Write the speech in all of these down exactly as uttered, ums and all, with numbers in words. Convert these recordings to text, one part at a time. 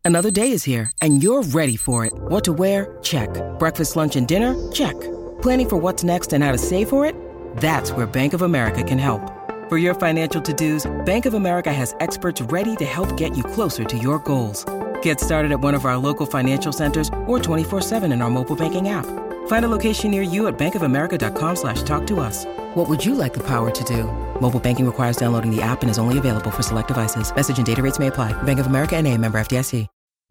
Another day is here, and you're ready for it. What to wear? Check. Breakfast, lunch, and dinner? Check. Planning for what's next and how to save for it? That's where Bank of America can help. For your financial to-dos, Bank of America has experts ready to help get you closer to your goals. Get started at one of our local financial centers or twenty-four seven in our mobile banking app. Find a location near you at bankofamerica.com slash talk to us. What would you like the power to do? Mobile banking requires downloading the app and is only available for select devices. Message and data rates may apply. Bank of America N A, member F D I C.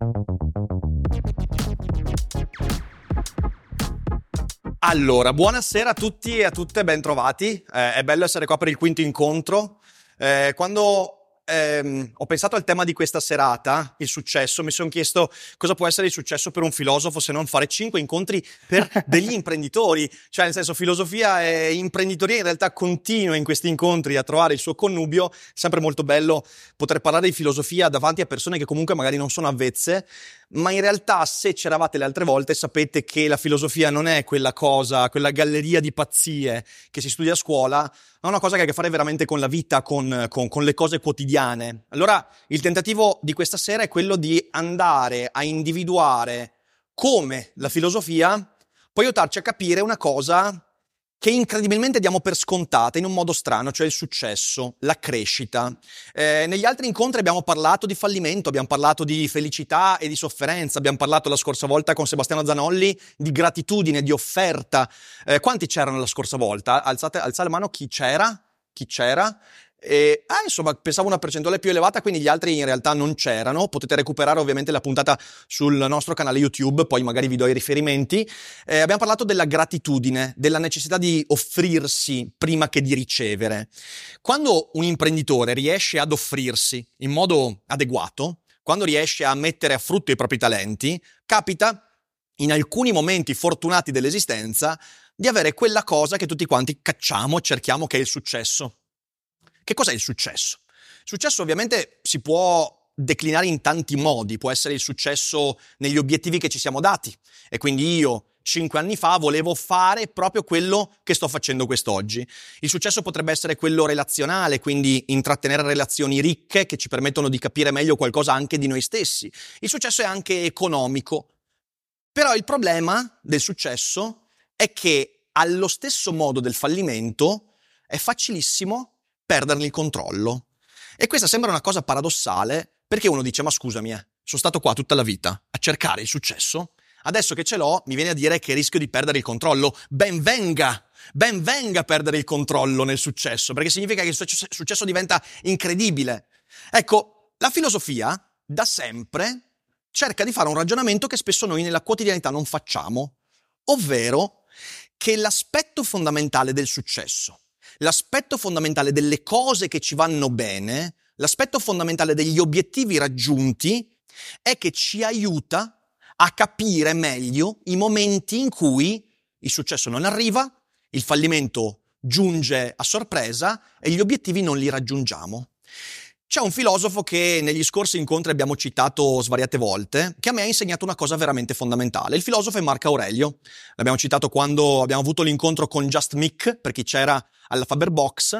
Allora, buonasera a tutti e a tutte, ben trovati. Eh, è bello essere qua per il quinto incontro. Eh, quando ehm, ho pensato al tema di questa serata, il successo, mi sono chiesto cosa può essere il successo per un filosofo se non fare cinque incontri per degli imprenditori. Cioè, nel senso, filosofia e imprenditoria in realtà continua in questi incontri a trovare il suo connubio. Sempre molto bello poter parlare di filosofia davanti a persone che comunque magari non sono avvezze, ma in realtà se c'eravate le altre volte sapete che la filosofia non è quella cosa, quella galleria di pazzie che si studia a scuola, ma è una cosa che ha a che fare veramente con la vita, con, con, con le cose quotidiane. Allora il tentativo di questa sera è quello di andare a individuare come la filosofia può aiutarci a capire una cosa che incredibilmente diamo per scontata in un modo strano, cioè il successo, la crescita. Eh, negli altri incontri abbiamo parlato di fallimento, abbiamo parlato di felicità e di sofferenza, abbiamo parlato la scorsa volta con Sebastiano Zanolli di gratitudine, di offerta. Eh, quanti c'erano la scorsa volta? Alzate, alzate la mano chi c'era? Chi c'era? E, ah, insomma, pensavo una percentuale più elevata, quindi gli altri in realtà non c'erano. Potete recuperare ovviamente la puntata sul nostro canale YouTube, poi magari vi do i riferimenti. Eh, abbiamo parlato della gratitudine, della necessità di offrirsi prima che di ricevere. Quando un imprenditore riesce ad offrirsi in modo adeguato, quando riesce a mettere a frutto i propri talenti, capita, in alcuni momenti fortunati dell'esistenza, di avere quella cosa che tutti quanti cacciamo e cerchiamo, che è il successo. Che cos'è il successo? Il successo ovviamente si può declinare in tanti modi, può essere il successo negli obiettivi che ci siamo dati e quindi io cinque anni fa volevo fare proprio quello che sto facendo quest'oggi. Il successo potrebbe essere quello relazionale, quindi intrattenere relazioni ricche che ci permettono di capire meglio qualcosa anche di noi stessi. Il successo è anche economico, però il problema del successo è che allo stesso modo del fallimento è facilissimo perderne il controllo. E questa sembra una cosa paradossale, perché uno dice: ma scusami, eh, sono stato qua tutta la vita a cercare il successo, adesso che ce l'ho mi viene a dire che rischio di perdere il controllo. Ben venga, ben venga perdere il controllo nel successo, perché significa che il successo diventa incredibile. Ecco, la filosofia da sempre cerca di fare un ragionamento che spesso noi nella quotidianità non facciamo, ovvero che l'aspetto fondamentale del successo, l'aspetto fondamentale delle cose che ci vanno bene, l'aspetto fondamentale degli obiettivi raggiunti è che ci aiuta a capire meglio i momenti in cui il successo non arriva, il fallimento giunge a sorpresa e gli obiettivi non li raggiungiamo. C'è un filosofo che negli scorsi incontri abbiamo citato svariate volte, che a me ha insegnato una cosa veramente fondamentale. Il filosofo è Marco Aurelio. L'abbiamo citato quando abbiamo avuto l'incontro con Just Mick, per chi c'era alla Faber Box,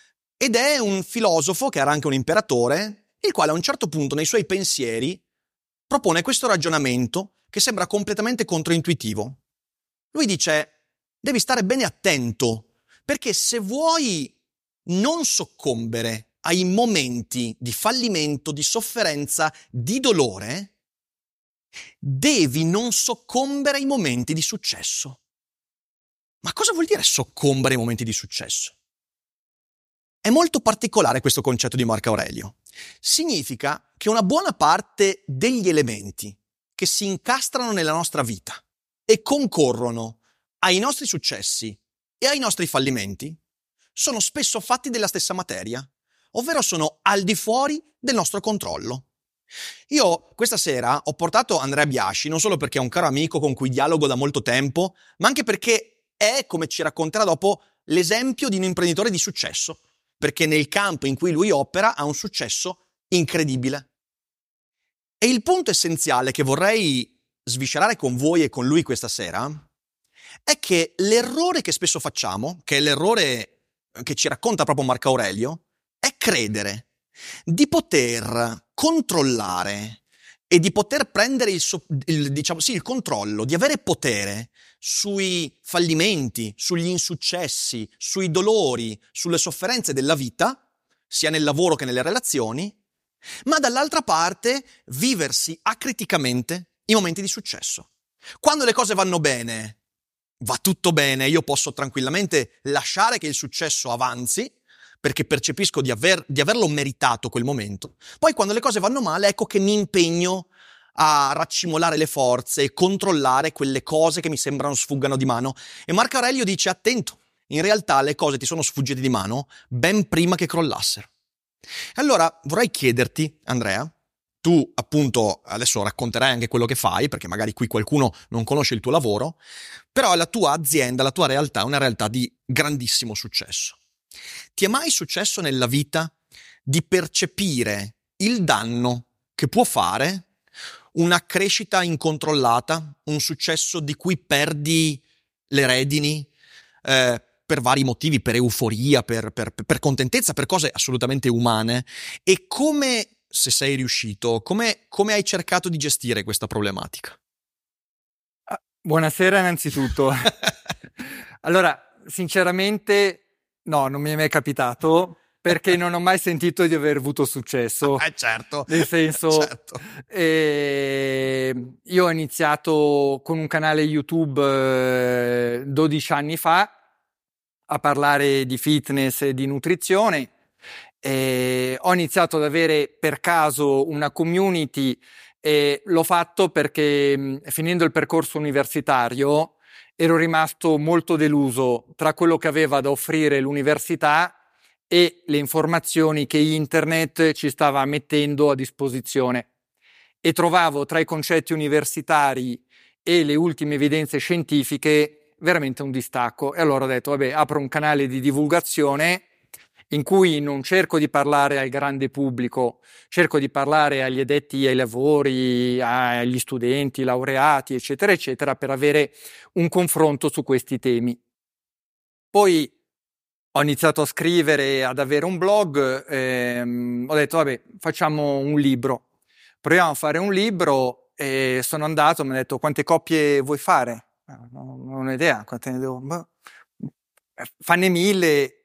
ed è un filosofo che era anche un imperatore, il quale a un certo punto nei suoi pensieri propone questo ragionamento che sembra completamente controintuitivo. Lui dice: devi stare bene attento, perché se vuoi non soccombere ai momenti di fallimento, di sofferenza, di dolore, devi non soccombere ai momenti di successo. Ma cosa vuol dire soccombere ai momenti di successo? È molto particolare questo concetto di Marco Aurelio. Significa che una buona parte degli elementi che si incastrano nella nostra vita e concorrono ai nostri successi e ai nostri fallimenti sono spesso fatti della stessa materia, ovvero sono al di fuori del nostro controllo. Io questa sera ho portato Andrea Biasci non solo perché è un caro amico con cui dialogo da molto tempo, ma anche perché è, come ci racconterà dopo, l'esempio di un imprenditore di successo, perché nel campo in cui lui opera ha un successo incredibile. E il punto essenziale che vorrei sviscerare con voi e con lui questa sera è che l'errore che spesso facciamo, che è l'errore che ci racconta proprio Marco Aurelio, è credere di poter controllare, e di poter prendere il, so- il, diciamo, sì, il controllo, di avere potere sui fallimenti, sugli insuccessi, sui dolori, sulle sofferenze della vita, sia nel lavoro che nelle relazioni, ma dall'altra parte viversi acriticamente i momenti di successo. Quando le cose vanno bene, va tutto bene, io posso tranquillamente lasciare che il successo avanzi, perché percepisco di, aver, di averlo meritato quel momento. Poi quando le cose vanno male, ecco che mi impegno a raccimolare le forze e controllare quelle cose che mi sembrano sfuggano di mano. E Marco Aurelio dice: attento, in realtà le cose ti sono sfuggite di mano ben prima che crollassero. Allora vorrei chiederti, Andrea, tu appunto adesso racconterai anche quello che fai, perché magari qui qualcuno non conosce il tuo lavoro, però la tua azienda, la tua realtà è una realtà di grandissimo successo. Ti è mai successo nella vita di percepire il danno che può fare una crescita incontrollata, un successo di cui perdi le redini eh, per vari motivi, per euforia, per, per, per contentezza, per cose assolutamente umane? E come, se sei riuscito, come, come hai cercato di gestire questa problematica? Buonasera innanzitutto. Allora, sinceramente, no, non mi è mai capitato, perché non ho mai sentito di aver avuto successo. Eh certo. Nel senso, certo. eh, io ho iniziato con un canale YouTube eh, dodici anni fa a parlare di fitness e di nutrizione. Eh, ho iniziato ad avere per caso una community e l'ho fatto perché mh, finendo il percorso universitario ero rimasto molto deluso tra quello che aveva da offrire l'università e le informazioni che internet ci stava mettendo a disposizione, e trovavo tra i concetti universitari e le ultime evidenze scientifiche veramente un distacco. E allora ho detto, vabbè, apro un canale di divulgazione in cui non cerco di parlare al grande pubblico, cerco di parlare agli addetti ai lavori, agli studenti, laureati, eccetera, eccetera, per avere un confronto su questi temi. Poi ho iniziato a scrivere, ad avere un blog, ehm, ho detto, vabbè, facciamo un libro. Proviamo a fare un libro, e sono andato, mi ha detto, quante copie vuoi fare? Non ho un'idea, quante ne devo... Boh. Fanne mille...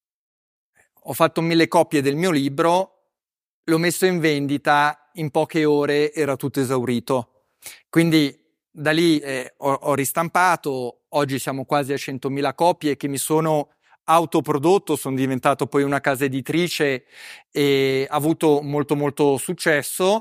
Ho fatto mille copie del mio libro, l'ho messo in vendita, in poche ore era tutto esaurito. Quindi da lì eh, ho, ho ristampato, oggi siamo quasi a centomila copie che mi sono autoprodotto, sono diventato poi una casa editrice e ha avuto molto molto successo,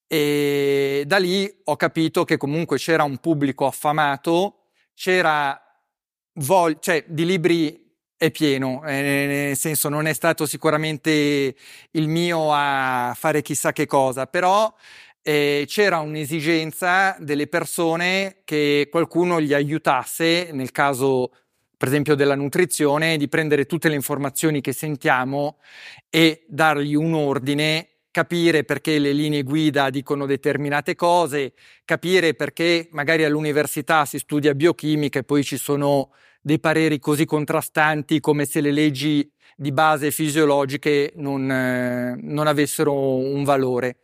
e da lì ho capito che comunque c'era un pubblico affamato, c'era voglia, cioè di libri è pieno, eh, nel senso non è stato sicuramente il mio a fare chissà che cosa, però eh, c'era un'esigenza delle persone che qualcuno gli aiutasse, nel caso per esempio della nutrizione, di prendere tutte le informazioni che sentiamo e dargli un ordine, capire perché le linee guida dicono determinate cose, capire perché magari all'università si studia biochimica e poi ci sono dei pareri così contrastanti come se le leggi di base fisiologiche non, eh, non avessero un valore.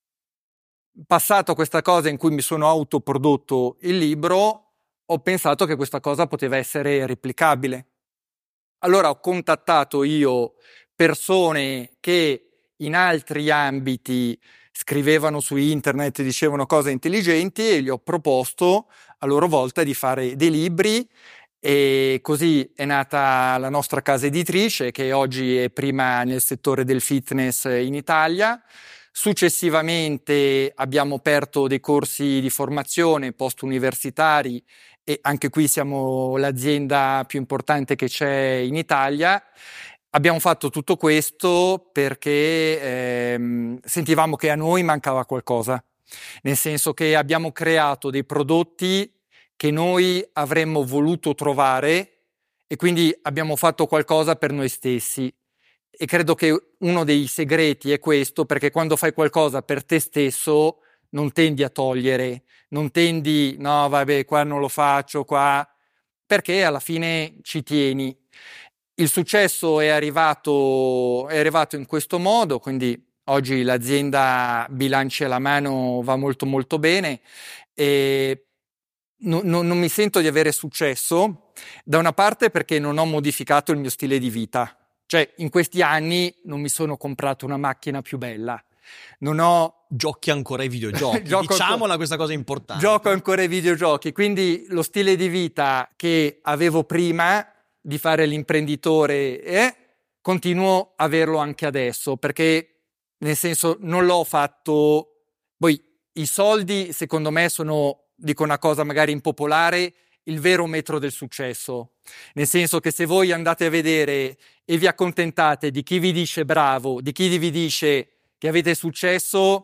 Passato questa cosa in cui mi sono autoprodotto il libro, ho pensato che questa cosa poteva essere replicabile. Allora ho contattato io persone che in altri ambiti scrivevano su internet, dicevano cose intelligenti, e gli ho proposto a loro volta di fare dei libri. E così è nata la nostra casa editrice, che oggi è prima nel settore del fitness in Italia. Successivamente abbiamo aperto dei corsi di formazione post-universitari e anche qui siamo l'azienda più importante che c'è in Italia. Abbiamo fatto tutto questo perché ehm, sentivamo che a noi mancava qualcosa, nel senso che abbiamo creato dei prodotti che noi avremmo voluto trovare e quindi abbiamo fatto qualcosa per noi stessi. E credo che uno dei segreti è questo, perché quando fai qualcosa per te stesso non tendi a togliere, non tendi, no vabbè, qua non lo faccio, qua, perché alla fine ci tieni. Il successo è arrivato, è arrivato in questo modo, quindi Oggi l'azienda, bilanci alla mano, va molto molto bene e no, no, non mi sento di avere successo, da una parte perché non ho modificato il mio stile di vita. Cioè, in questi anni non mi sono comprato una macchina più bella, non ho... Giochi ancora ai videogiochi, Gioco diciamola ancora... questa cosa importante. Gioco ancora ai videogiochi, quindi lo stile di vita che avevo prima di fare l'imprenditore eh, continuo a averlo anche adesso, perché nel senso non l'ho fatto... Poi i soldi, secondo me, sono, dico una cosa magari impopolare, il vero metro del successo. Nel senso che se voi andate a vedere e vi accontentate di chi vi dice bravo, di chi vi dice che avete successo,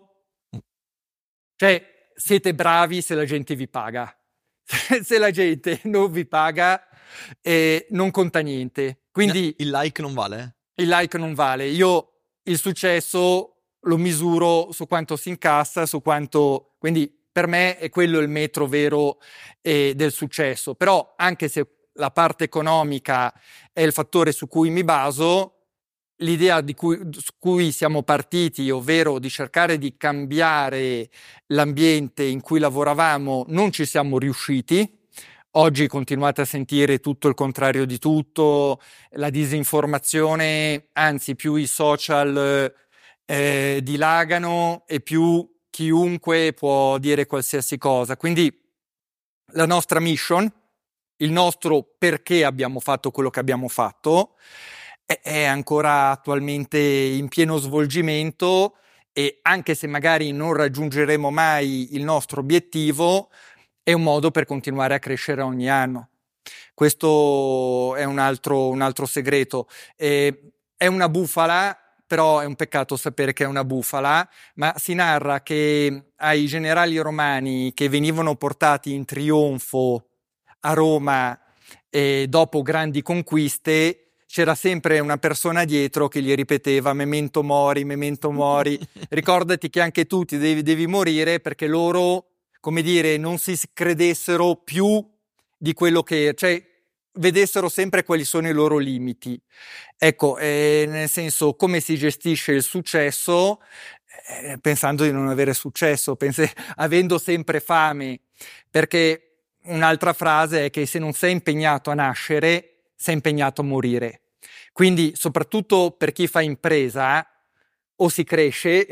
cioè siete bravi se la gente vi paga. Se la gente non vi paga, eh, non conta niente. Quindi il like non vale? Il like non vale. Io il successo lo misuro su quanto si incassa, su quanto... Quindi per me è quello il metro vero eh, del successo. Però anche se la parte economica è il fattore su cui mi baso, l'idea di cui, su cui siamo partiti, ovvero di cercare di cambiare l'ambiente in cui lavoravamo, non ci siamo riusciti. Oggi continuate a sentire tutto il contrario di tutto, la disinformazione, anzi più i social eh, dilagano e più chiunque può dire qualsiasi cosa. Quindi la nostra mission, il nostro perché abbiamo fatto quello che abbiamo fatto, è, è ancora attualmente in pieno svolgimento e anche se magari non raggiungeremo mai il nostro obiettivo, è un modo per continuare a crescere ogni anno. Questo è un altro, un altro segreto. Eh, è una bufala, però è un peccato sapere che è una bufala, ma si narra che ai generali romani che venivano portati in trionfo a Roma eh, dopo grandi conquiste, c'era sempre una persona dietro che gli ripeteva memento mori, memento mori, ricordati che anche tu ti devi, devi morire, perché loro, come dire, non si credessero più di quello che, cioè vedessero sempre quali sono i loro limiti. Ecco, eh, nel senso, come si gestisce il successo, eh, pensando di non avere successo, pense, avendo sempre fame, perché un'altra frase è che se non sei impegnato a nascere, sei impegnato a morire. Quindi, soprattutto per chi fa impresa, o si cresce,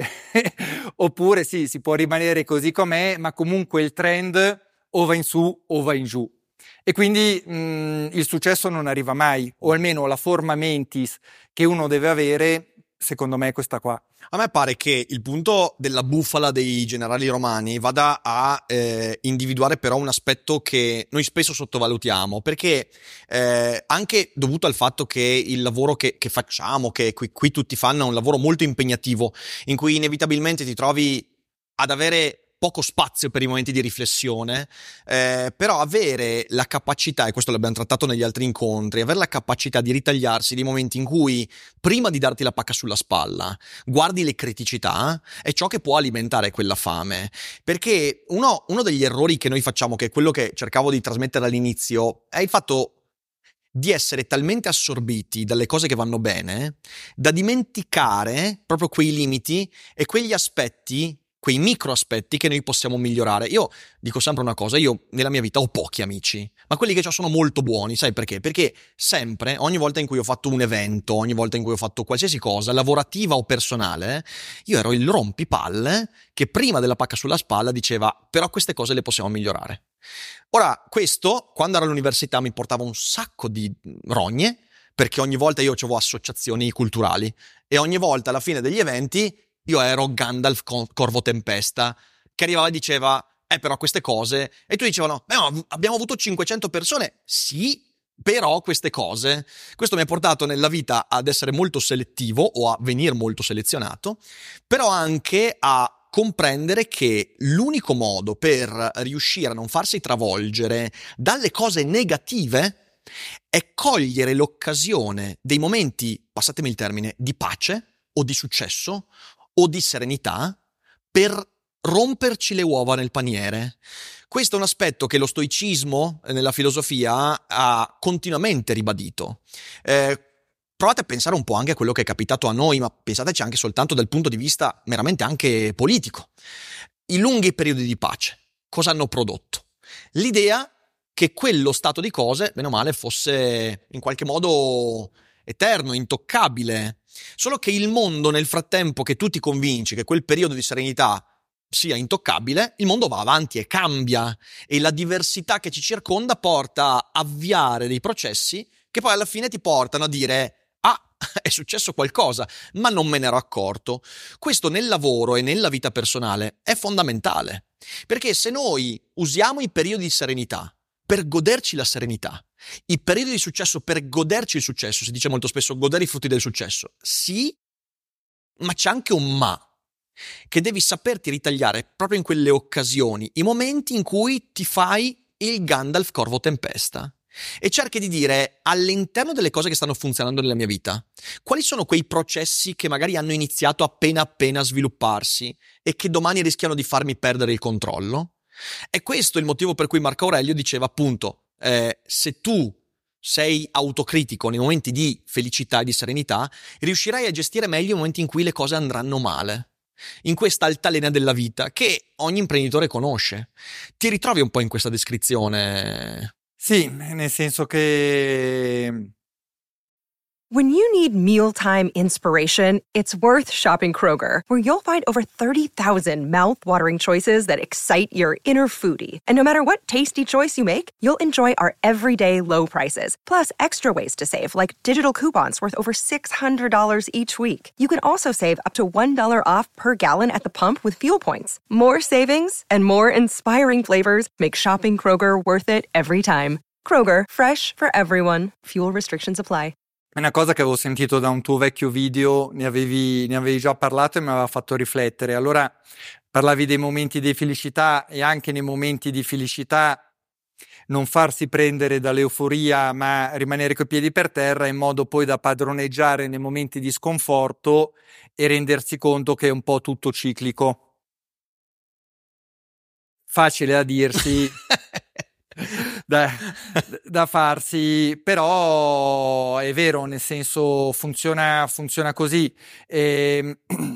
oppure sì, si può rimanere così com'è, ma comunque il trend o va in su o va in giù. E quindi mh, il successo non arriva mai, o almeno la forma mentis che uno deve avere, secondo me è questa qua. A me pare che il punto della bufala dei generali romani vada a eh, individuare però un aspetto che noi spesso sottovalutiamo, perché eh, anche dovuto al fatto che il lavoro che, che facciamo, che qui, qui tutti fanno, è un lavoro molto impegnativo, in cui inevitabilmente ti trovi ad avere poco spazio per i momenti di riflessione, eh, però avere la capacità, e questo l'abbiamo trattato negli altri incontri, avere la capacità di ritagliarsi dei momenti in cui, prima di darti la pacca sulla spalla, guardi le criticità, è ciò che può alimentare quella fame. Perché uno, uno degli errori che noi facciamo, che è quello che cercavo di trasmettere all'inizio, è il fatto di essere talmente assorbiti dalle cose che vanno bene, da dimenticare proprio quei limiti e quegli aspetti, quei micro aspetti che noi possiamo migliorare. Io dico sempre una cosa, io nella mia vita ho pochi amici, ma quelli che ho sono molto buoni, sai perché? Perché sempre, ogni volta in cui ho fatto un evento, ogni volta in cui ho fatto qualsiasi cosa, lavorativa o personale, io ero il rompipalle che prima della pacca sulla spalla diceva, però queste cose le possiamo migliorare. Ora, questo, quando ero all'università mi portava un sacco di rogne, perché ogni volta io avevo associazioni culturali e ogni volta alla fine degli eventi io ero Gandalf Corvo Tempesta, che arrivava e diceva, eh però queste cose, e tu dicevano, beh no, abbiamo avuto cinquecento persone, sì, però queste cose, questo mi ha portato nella vita ad essere molto selettivo o a venire molto selezionato, però anche a comprendere che l'unico modo per riuscire a non farsi travolgere dalle cose negative è cogliere l'occasione dei momenti, passatemi il termine, di pace o di successo o di serenità per romperci le uova nel paniere. Questo è un aspetto che lo stoicismo nella filosofia ha continuamente ribadito. Eh, provate a pensare un po' anche a quello che è capitato a noi, ma pensateci anche soltanto dal punto di vista meramente anche politico. I lunghi periodi di pace, cosa hanno prodotto? L'idea che quello stato di cose, bene o male, fosse in qualche modo eterno, intoccabile. Solo che il mondo, nel frattempo che tu ti convinci che quel periodo di serenità sia intoccabile, il mondo va avanti e cambia, e la diversità che ci circonda porta a avviare dei processi che poi alla fine ti portano a dire: ah, è successo qualcosa, ma non me ne ero accorto. Questo nel lavoro e nella vita personale è fondamentale, perché se noi usiamo i periodi di serenità per goderci la serenità, i periodi di successo per goderci il successo, si dice molto spesso godere i frutti del successo, sì, ma c'è anche un ma, che devi saperti ritagliare proprio in quelle occasioni, i momenti in cui ti fai il Gandalf Corvo Tempesta e cerchi di dire, all'interno delle cose che stanno funzionando nella mia vita, quali sono quei processi che magari hanno iniziato appena appena a svilupparsi e che domani rischiano di farmi perdere il controllo. È questo il motivo per cui Marco Aurelio diceva appunto, eh, se tu sei autocritico nei momenti di felicità e di serenità, riuscirai a gestire meglio i momenti in cui le cose andranno male, in questa altalena della vita che ogni imprenditore conosce. Ti ritrovi un po' in questa descrizione? Sì, nel senso che When you need mealtime inspiration, it's worth shopping Kroger, where you'll find over thirty thousand mouth-watering choices that excite your inner foodie. And no matter what tasty choice you make, you'll enjoy our everyday low prices, plus extra ways to save, like digital coupons worth over six hundred dollars each week. You can also save up to one dollar off per gallon at the pump with fuel points. More savings and more inspiring flavors make shopping Kroger worth it every time. Kroger, fresh for everyone. Fuel restrictions apply. è una cosa che avevo sentito da un tuo vecchio video, ne avevi, ne avevi già parlato e mi aveva fatto riflettere. Allora parlavi dei momenti di felicità e anche nei momenti di felicità non farsi prendere dall'euforia ma rimanere coi piedi per terra in modo poi da padroneggiare nei momenti di sconforto e rendersi conto che è un po' tutto ciclico. Facile a dirsi, da, da farsi, però è vero, nel senso funziona, funziona così. E,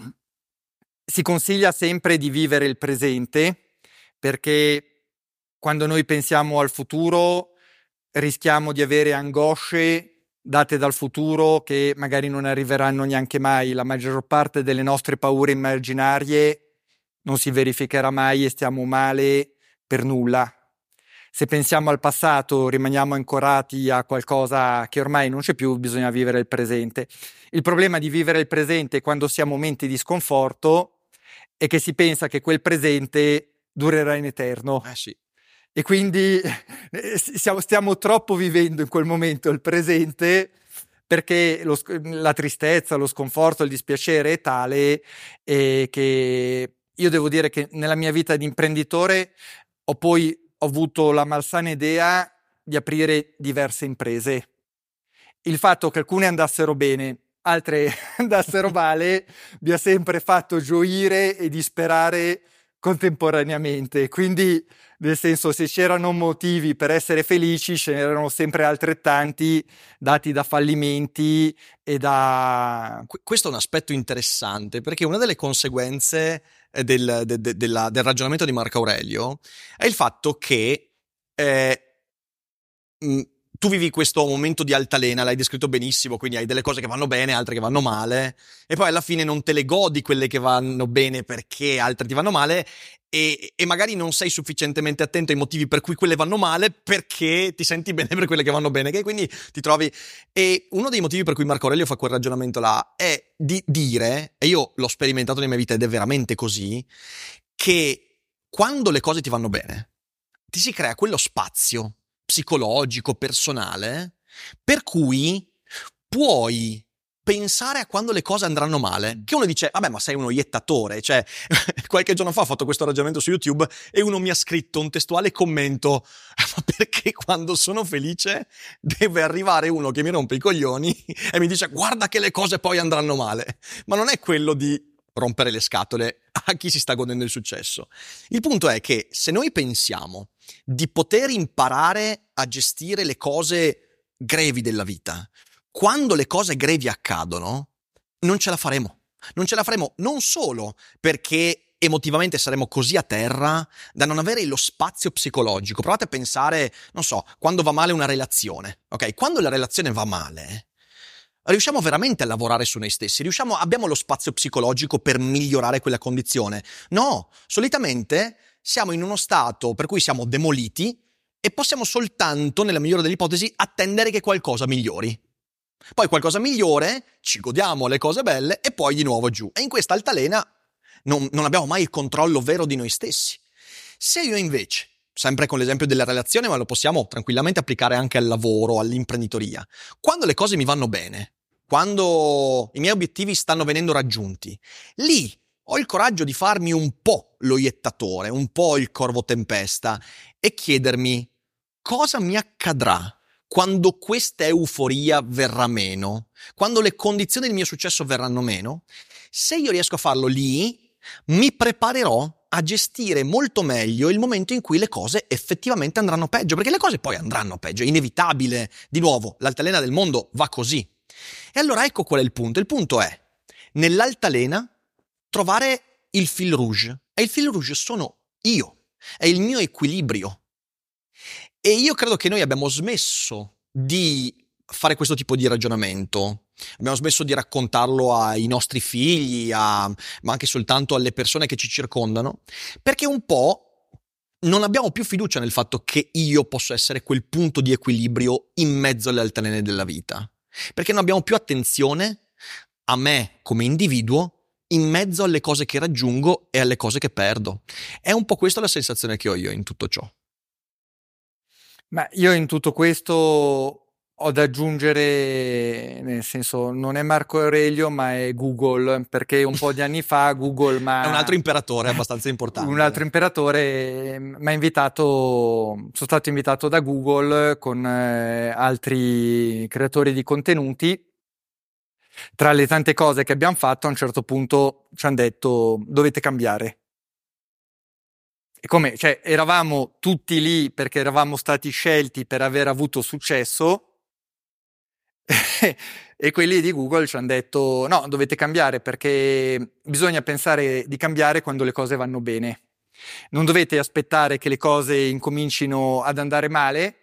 si consiglia sempre di vivere il presente, perché quando noi pensiamo al futuro rischiamo di avere angosce date dal futuro che magari non arriveranno neanche mai. La maggior parte delle nostre paure immaginarie non si verificherà mai e stiamo male per nulla. Se pensiamo al passato rimaniamo ancorati a qualcosa che ormai non c'è più, bisogna vivere il presente. Il problema di vivere il presente quando si ha momenti di sconforto è che si pensa che quel presente durerà in eterno. Eh sì. E quindi stiamo, stiamo troppo vivendo in quel momento il presente, perché lo, la tristezza, lo sconforto, il dispiacere è tale eh, che io devo dire che nella mia vita di imprenditore ho poi ho avuto la malsana idea di aprire diverse imprese. Il fatto che alcune andassero bene, altre andassero male, mi ha sempre fatto gioire e disperare contemporaneamente. Quindi, nel senso, se c'erano motivi per essere felici, ce n'erano sempre altrettanti dati da fallimenti e da... Questo è un aspetto interessante, perché una delle conseguenze del, de, de, della, del ragionamento di Marco Aurelio è il fatto che eh, mh, tu vivi questo momento di altalena, l'hai descritto benissimo, quindi hai delle cose che vanno bene, altre che vanno male, e poi alla fine non te le godi quelle che vanno bene perché altre ti vanno male, e, e magari non sei sufficientemente attento ai motivi per cui quelle vanno male perché ti senti bene per quelle che vanno bene, che quindi ti trovi... E uno dei motivi per cui Marco Aurelio fa quel ragionamento là è di dire, e io l'ho sperimentato nella mia vita ed è veramente così, che quando le cose ti vanno bene ti si crea quello spazio psicologico, personale, per cui puoi pensare a quando le cose andranno male, che uno dice, vabbè, ma sei uno iettatore, cioè, qualche giorno fa ho fatto questo ragionamento su YouTube e uno mi ha scritto un testuale commento, ma perché quando sono felice deve arrivare uno che mi rompe i coglioni e mi dice, guarda che le cose poi andranno male, ma non è quello di rompere le scatole a chi si sta godendo il successo. Il punto è che se noi pensiamo di poter imparare a gestire le cose grevi della vita quando le cose grevi accadono, non ce la faremo. Non ce la faremo non solo perché emotivamente saremo così a terra da non avere lo spazio psicologico. Provate a pensare, non so, quando va male una relazione, ok? Quando la relazione va male, riusciamo veramente a lavorare su noi stessi? Riusciamo, abbiamo lo spazio psicologico per migliorare quella condizione? No, solitamente siamo in uno stato per cui siamo demoliti e possiamo soltanto, nella migliore delle ipotesi, attendere che qualcosa migliori. Poi qualcosa migliore, ci godiamo le cose belle e poi di nuovo giù. E in questa altalena non, non abbiamo mai il controllo vero di noi stessi. Se io invece, sempre con l'esempio della relazione, ma lo possiamo tranquillamente applicare anche al lavoro, all'imprenditoria, quando le cose mi vanno bene, quando i miei obiettivi stanno venendo raggiunti, lì ho il coraggio di farmi un po' lo iettatore, un po' il corvo tempesta e chiedermi cosa mi accadrà quando questa euforia verrà meno, quando le condizioni del mio successo verranno meno. Se io riesco a farlo lì, mi preparerò a gestire molto meglio il momento in cui le cose effettivamente andranno peggio, perché le cose poi andranno peggio, è inevitabile. Di nuovo, l'altalena del mondo va così. E allora ecco qual è il punto. Il punto è, nell'altalena, trovare il fil rouge. E il fil rouge sono io, è il mio equilibrio. E io credo che noi abbiamo smesso di fare questo tipo di ragionamento. Abbiamo smesso di raccontarlo ai nostri figli, a, ma anche soltanto alle persone che ci circondano, perché un po' non abbiamo più fiducia nel fatto che io posso essere quel punto di equilibrio in mezzo alle altalene della vita. Perché non abbiamo più attenzione a me come individuo in mezzo alle cose che raggiungo e alle cose che perdo. È un po' questa la sensazione che ho io in tutto ciò. Ma io in tutto questo ho da aggiungere, nel senso, non è Marco Aurelio, ma è Google, perché un po' di anni fa Google ma è un altro imperatore abbastanza importante. Un altro imperatore mi ha invitato, sono stato invitato da Google con eh, altri creatori di contenuti. Tra le tante cose che abbiamo fatto, a un certo punto ci hanno detto: dovete cambiare. E come, cioè, eravamo tutti lì perché eravamo stati scelti per aver avuto successo e quelli di Google ci hanno detto: no, dovete cambiare perché bisogna pensare di cambiare quando le cose vanno bene. Non dovete aspettare che le cose incomincino ad andare male,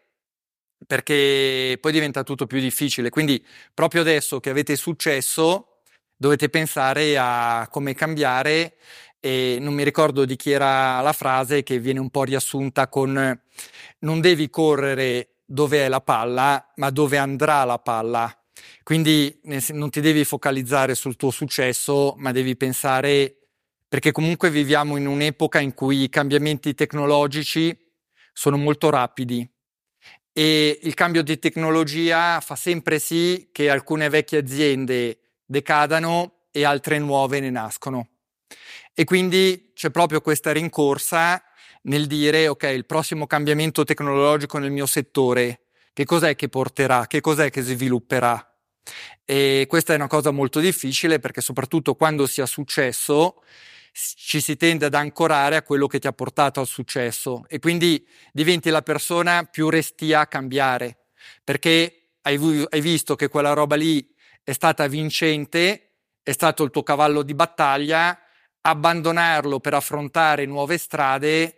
perché poi diventa tutto più difficile. Quindi proprio adesso che avete successo dovete pensare a come cambiare. E non mi ricordo di chi era la frase, che viene un po' riassunta con: non devi correre dove è la palla, ma dove andrà la palla. Quindi non ti devi focalizzare sul tuo successo, ma devi pensare, perché comunque viviamo in un'epoca in cui i cambiamenti tecnologici sono molto rapidi e il cambio di tecnologia fa sempre sì che alcune vecchie aziende decadano e altre nuove ne nascono. E quindi c'è proprio questa rincorsa nel dire: ok, il prossimo cambiamento tecnologico nel mio settore, che cos'è che porterà, che cos'è che svilupperà? E questa è una cosa molto difficile, perché soprattutto quando si ha successo ci si tende ad ancorare a quello che ti ha portato al successo e quindi diventi la persona più restia a cambiare, perché hai, hai visto che quella roba lì è stata vincente, è stato il tuo cavallo di battaglia. Abbandonarlo per affrontare nuove strade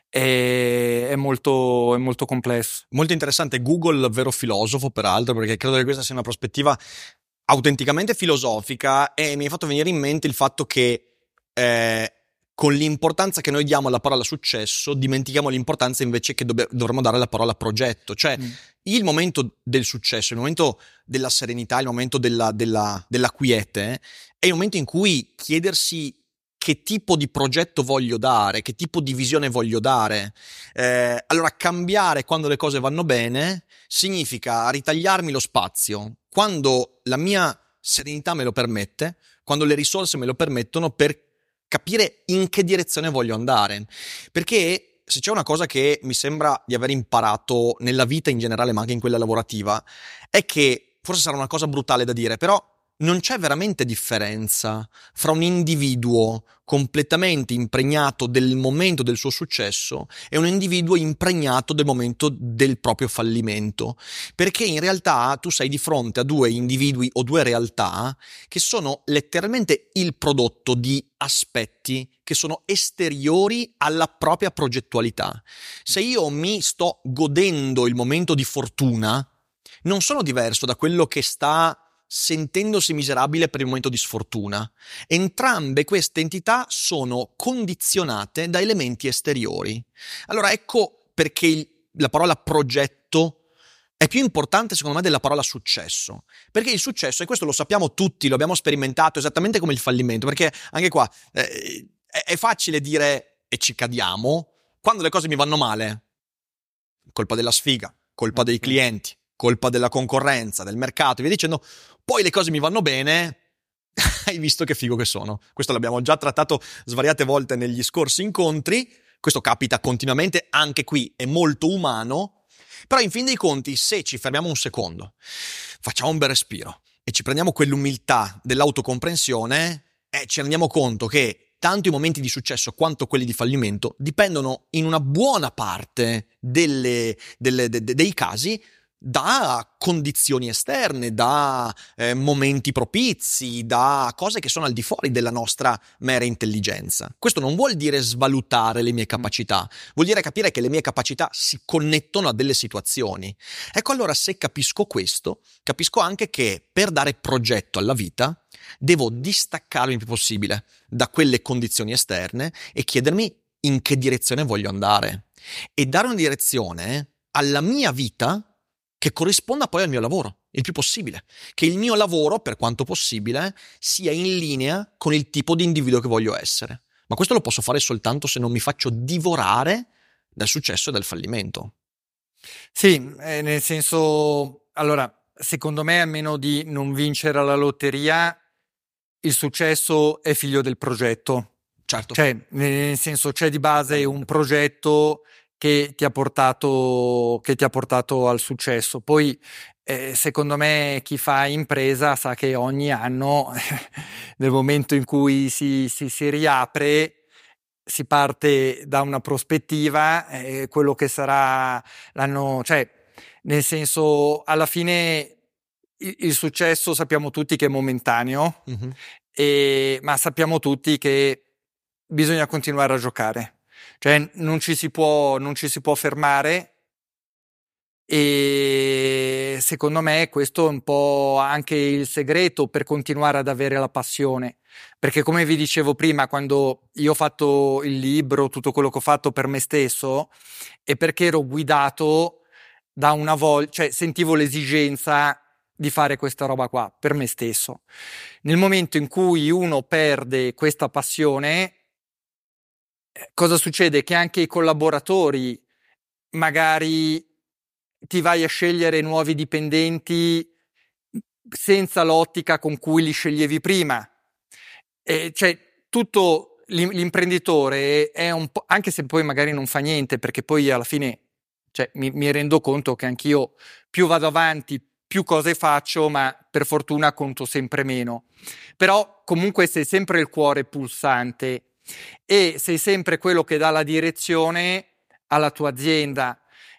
è, è, molto, è molto complesso. Molto interessante. Google, vero filosofo peraltro, perché credo che questa sia una prospettiva autenticamente filosofica, e mi hai fatto venire in mente il fatto che eh, con l'importanza che noi diamo alla parola successo dimentichiamo l'importanza invece che dov- dovremmo dare alla parola progetto. Cioè mm. il momento del successo, il momento della serenità, il momento della, della, della quiete è il momento in cui chiedersi che tipo di progetto voglio dare, che tipo di visione voglio dare. Eh, allora, cambiare quando le cose vanno bene significa ritagliarmi lo spazio quando la mia serenità me lo permette, quando le risorse me lo permettono, per capire in che direzione voglio andare. Perché se c'è una cosa che mi sembra di aver imparato nella vita in generale, ma anche in quella lavorativa, è che, forse sarà una cosa brutale da dire, però non c'è veramente differenza fra un individuo completamente impregnato del momento del suo successo e un individuo impregnato del momento del proprio fallimento, perché in realtà tu sei di fronte a due individui o due realtà che sono letteralmente il prodotto di aspetti che sono esteriori alla propria progettualità. Se io mi sto godendo il momento di fortuna, non sono diverso da quello che sta sentendosi miserabile per il momento di sfortuna. Entrambe queste entità sono condizionate da elementi esteriori. Allora ecco perché il, la parola progetto è più importante secondo me della parola successo, perché il successo, e questo lo sappiamo tutti, lo abbiamo sperimentato esattamente come il fallimento, perché anche qua eh, è, è facile dire e ci cadiamo quando le cose mi vanno male, colpa della sfiga, colpa dei clienti, colpa della concorrenza, del mercato e via dicendo. Poi le cose mi vanno bene, hai visto che figo che sono. Questo l'abbiamo già trattato svariate volte negli scorsi incontri, questo capita continuamente, anche qui è molto umano, però in fin dei conti se ci fermiamo un secondo, facciamo un bel respiro e ci prendiamo quell'umiltà dell'autocomprensione e ci rendiamo conto che tanto i momenti di successo quanto quelli di fallimento dipendono in una buona parte delle, delle, de, de, dei casi da condizioni esterne, da eh, momenti propizi, da cose che sono al di fuori della nostra mera intelligenza. Questo non vuol dire svalutare le mie capacità, vuol dire capire che le mie capacità si connettono a delle situazioni. Ecco, allora se capisco questo, capisco anche che per dare progetto alla vita devo distaccarmi il più possibile da quelle condizioni esterne e chiedermi in che direzione voglio andare e dare una direzione alla mia vita che corrisponda poi al mio lavoro, il più possibile. Che il mio lavoro, per quanto possibile, sia in linea con il tipo di individuo che voglio essere. Ma questo lo posso fare soltanto se non mi faccio divorare dal successo e dal fallimento. Sì, eh, nel senso, allora, secondo me, a meno di non vincere alla lotteria, il successo è figlio del progetto. Certo. Cioè, nel senso, c'è di base un progetto che ti ha portato che ti ha portato al successo. Poi eh, secondo me chi fa impresa sa che ogni anno nel momento in cui si, si, si riapre si parte da una prospettiva, eh, quello che sarà l'anno, cioè nel senso alla fine il, il successo sappiamo tutti che è momentaneo, mm-hmm. e, ma sappiamo tutti che bisogna continuare a giocare. Cioè non ci si può, non ci si può fermare e secondo me questo è un po' anche il segreto per continuare ad avere la passione, perché come vi dicevo prima, quando io ho fatto il libro, tutto quello che ho fatto per me stesso è perché ero guidato da una voglia, cioè sentivo l'esigenza di fare questa roba qua per me stesso. Nel momento in cui uno perde questa passione, cosa succede? Che anche i collaboratori magari ti vai a scegliere nuovi dipendenti senza l'ottica con cui li sceglievi prima. E cioè tutto l'imprenditore è un po', anche se poi magari non fa niente, perché poi alla fine cioè, mi, mi rendo conto che anch'io più vado avanti, più cose faccio, ma per fortuna conto sempre meno. Però comunque sei sempre il cuore pulsante e sei sempre quello che dà la direzione alla tua azienda,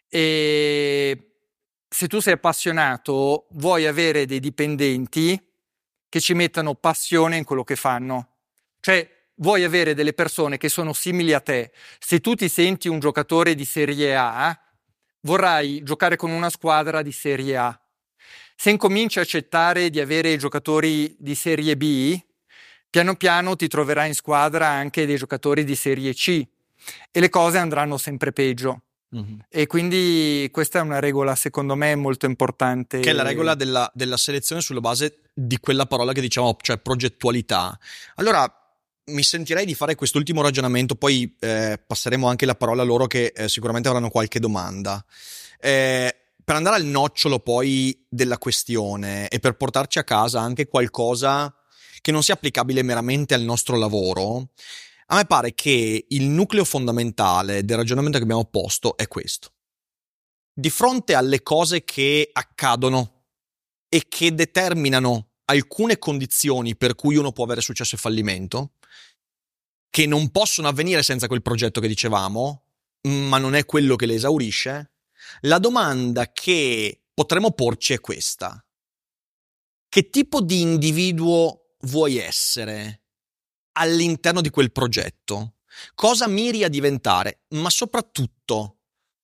e se tu sei appassionato vuoi avere dei dipendenti che ci mettano passione in quello che fanno, cioè vuoi avere delle persone che sono simili a te. Se tu ti senti un giocatore di Serie A, vorrai giocare con una squadra di Serie A. Se incominci a accettare di avere giocatori di Serie B, piano piano ti troverai in squadra anche dei giocatori di Serie C e le cose andranno sempre peggio. Mm-hmm. E quindi questa è una regola secondo me molto importante. Che è la regola della, della selezione sulla base di quella parola che diciamo, cioè progettualità. Allora mi sentirei di fare quest'ultimo ragionamento, poi eh, passeremo anche la parola a loro che eh, sicuramente avranno qualche domanda. Eh, per andare al nocciolo poi della questione e per portarci a casa anche qualcosa che non sia applicabile meramente al nostro lavoro, a me pare che il nucleo fondamentale del ragionamento che abbiamo posto è questo. Di fronte alle cose che accadono e che determinano alcune condizioni per cui uno può avere successo e fallimento, che non possono avvenire senza quel progetto che dicevamo, ma non è quello che le esaurisce, la domanda che potremmo porci è questa: che tipo di individuo vuoi essere all'interno di quel progetto? Cosa miri a diventare? Ma soprattutto,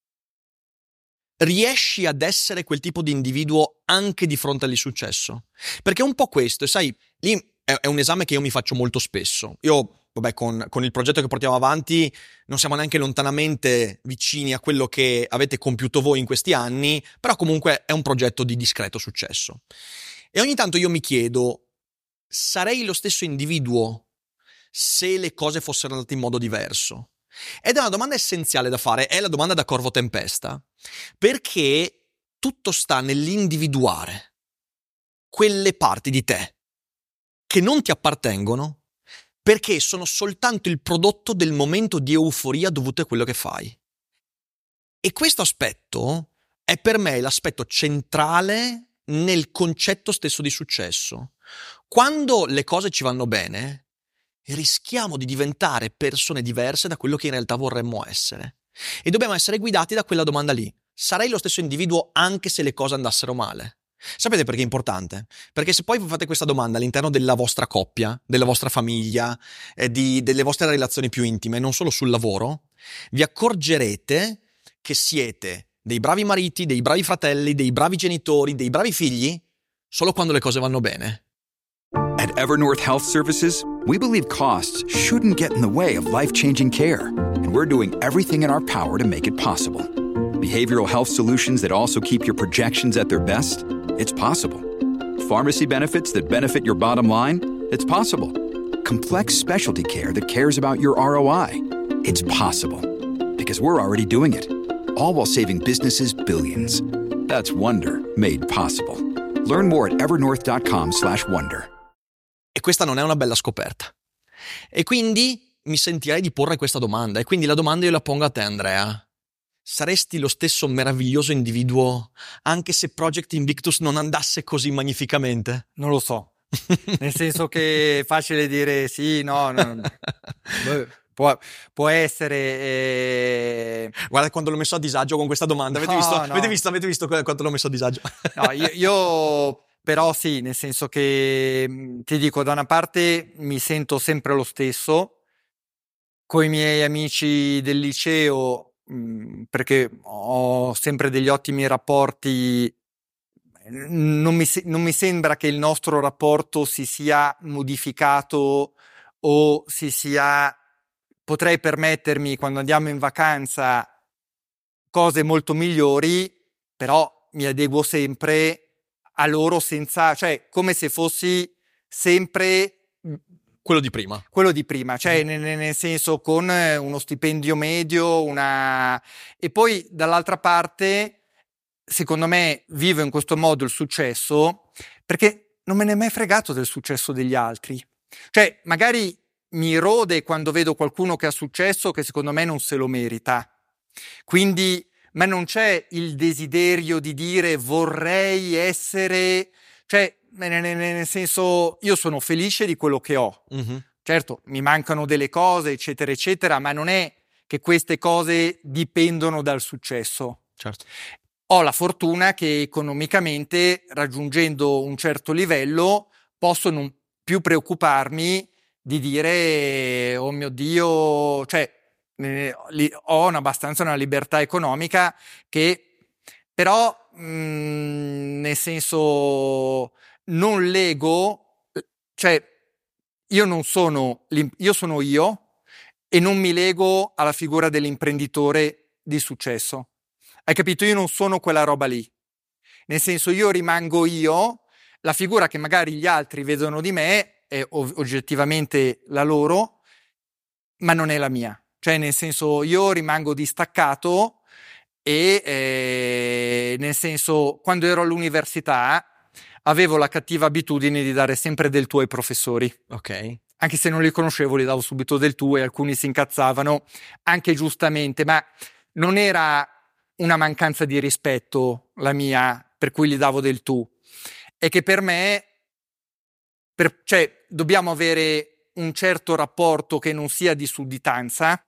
riesci ad essere quel tipo di individuo anche di fronte all'insuccesso? Perché è un po' questo, e sai, lì è, è un esame che io mi faccio molto spesso. Io, vabbè, con, con il progetto che portiamo avanti non siamo neanche lontanamente vicini a quello che avete compiuto voi in questi anni, però comunque è un progetto di discreto successo. E ogni tanto io mi chiedo, sarei lo stesso individuo se le cose fossero andate in modo diverso? Ed è una domanda essenziale da fare, è la domanda da Corvo Tempesta, perché tutto sta nell'individuare quelle parti di te che non ti appartengono, perché sono soltanto il prodotto del momento di euforia dovuto a quello che fai. E questo aspetto è per me l'aspetto centrale nel concetto stesso di successo. Quando le cose ci vanno bene, rischiamo di diventare persone diverse da quello che in realtà vorremmo essere. E dobbiamo essere guidati da quella domanda lì. Sarei lo stesso individuo anche se le cose andassero male? Sapete perché è importante? Perché se poi vi fate questa domanda all'interno della vostra coppia, della vostra famiglia, eh, di, delle vostre relazioni più intime, non solo sul lavoro, vi accorgerete che siete dei bravi mariti, dei bravi fratelli, dei bravi genitori, dei bravi figli, solo quando le cose vanno bene. At Evernorth Health Services, we believe costs shouldn't get in the way of life-changing care, and we're doing everything in our power to make it possible. Behavioral health solutions that also keep your projections at their best? It's possible. Pharmacy benefits that benefit your bottom line? It's possible. Complex specialty care that cares about your R O I? It's possible. Because we're already doing it. All while saving businesses billions. That's Wonder made possible. Learn more at evernorth.com slash wonder. E questa non è una bella scoperta. E quindi mi sentirei di porre questa domanda. E quindi la domanda io la pongo a te, Andrea. Saresti lo stesso meraviglioso individuo anche se Project Invictus non andasse così magnificamente? Non lo so. Nel senso che è facile dire sì, no, no. Può, può essere... Eh... Guarda quando l'ho messo a disagio con questa domanda. Avete, no, visto, no. avete visto? Avete visto quanto l'ho messo a disagio? No, io... io... Però sì, nel senso che ti dico, da una parte mi sento sempre lo stesso, con i miei amici del liceo, mh, perché ho sempre degli ottimi rapporti, non mi, non mi sembra che il nostro rapporto si sia modificato o si sia, potrei permettermi quando andiamo in vacanza cose molto migliori, però mi adeguo sempre a loro senza, cioè come se fossi sempre quello di prima. Quello di prima, cioè nel, nel senso con uno stipendio medio, una... E poi dall'altra parte, secondo me, vivo in questo modo il successo perché non me ne è mai fregato del successo degli altri. Cioè, magari mi rode quando vedo qualcuno che ha successo che secondo me non se lo merita. Quindi... ma non c'è il desiderio di dire vorrei essere, cioè nel, nel senso io sono felice di quello che ho, mm-hmm. Certo mi mancano delle cose eccetera eccetera, ma non è che queste cose dipendono dal successo. Certo. Ho la fortuna che economicamente raggiungendo un certo livello posso non più preoccuparmi di dire oh mio Dio, cioè Eh, li, ho una, abbastanza una libertà economica che però mh, nel senso non lego, cioè io non sono io sono io e non mi lego alla figura dell'imprenditore di successo, hai capito? Io non sono quella roba lì, nel senso io rimango io, la figura che magari gli altri vedono di me è oggettivamente la loro, ma non è la mia. Cioè nel senso io rimango distaccato e eh, nel senso quando ero all'università avevo la cattiva abitudine di dare sempre del tu ai professori. Ok. Anche se non li conoscevo li davo subito del tu e alcuni si incazzavano anche giustamente, ma non era una mancanza di rispetto la mia per cui gli davo del tu, è che per me per, cioè dobbiamo avere un certo rapporto che non sia di sudditanza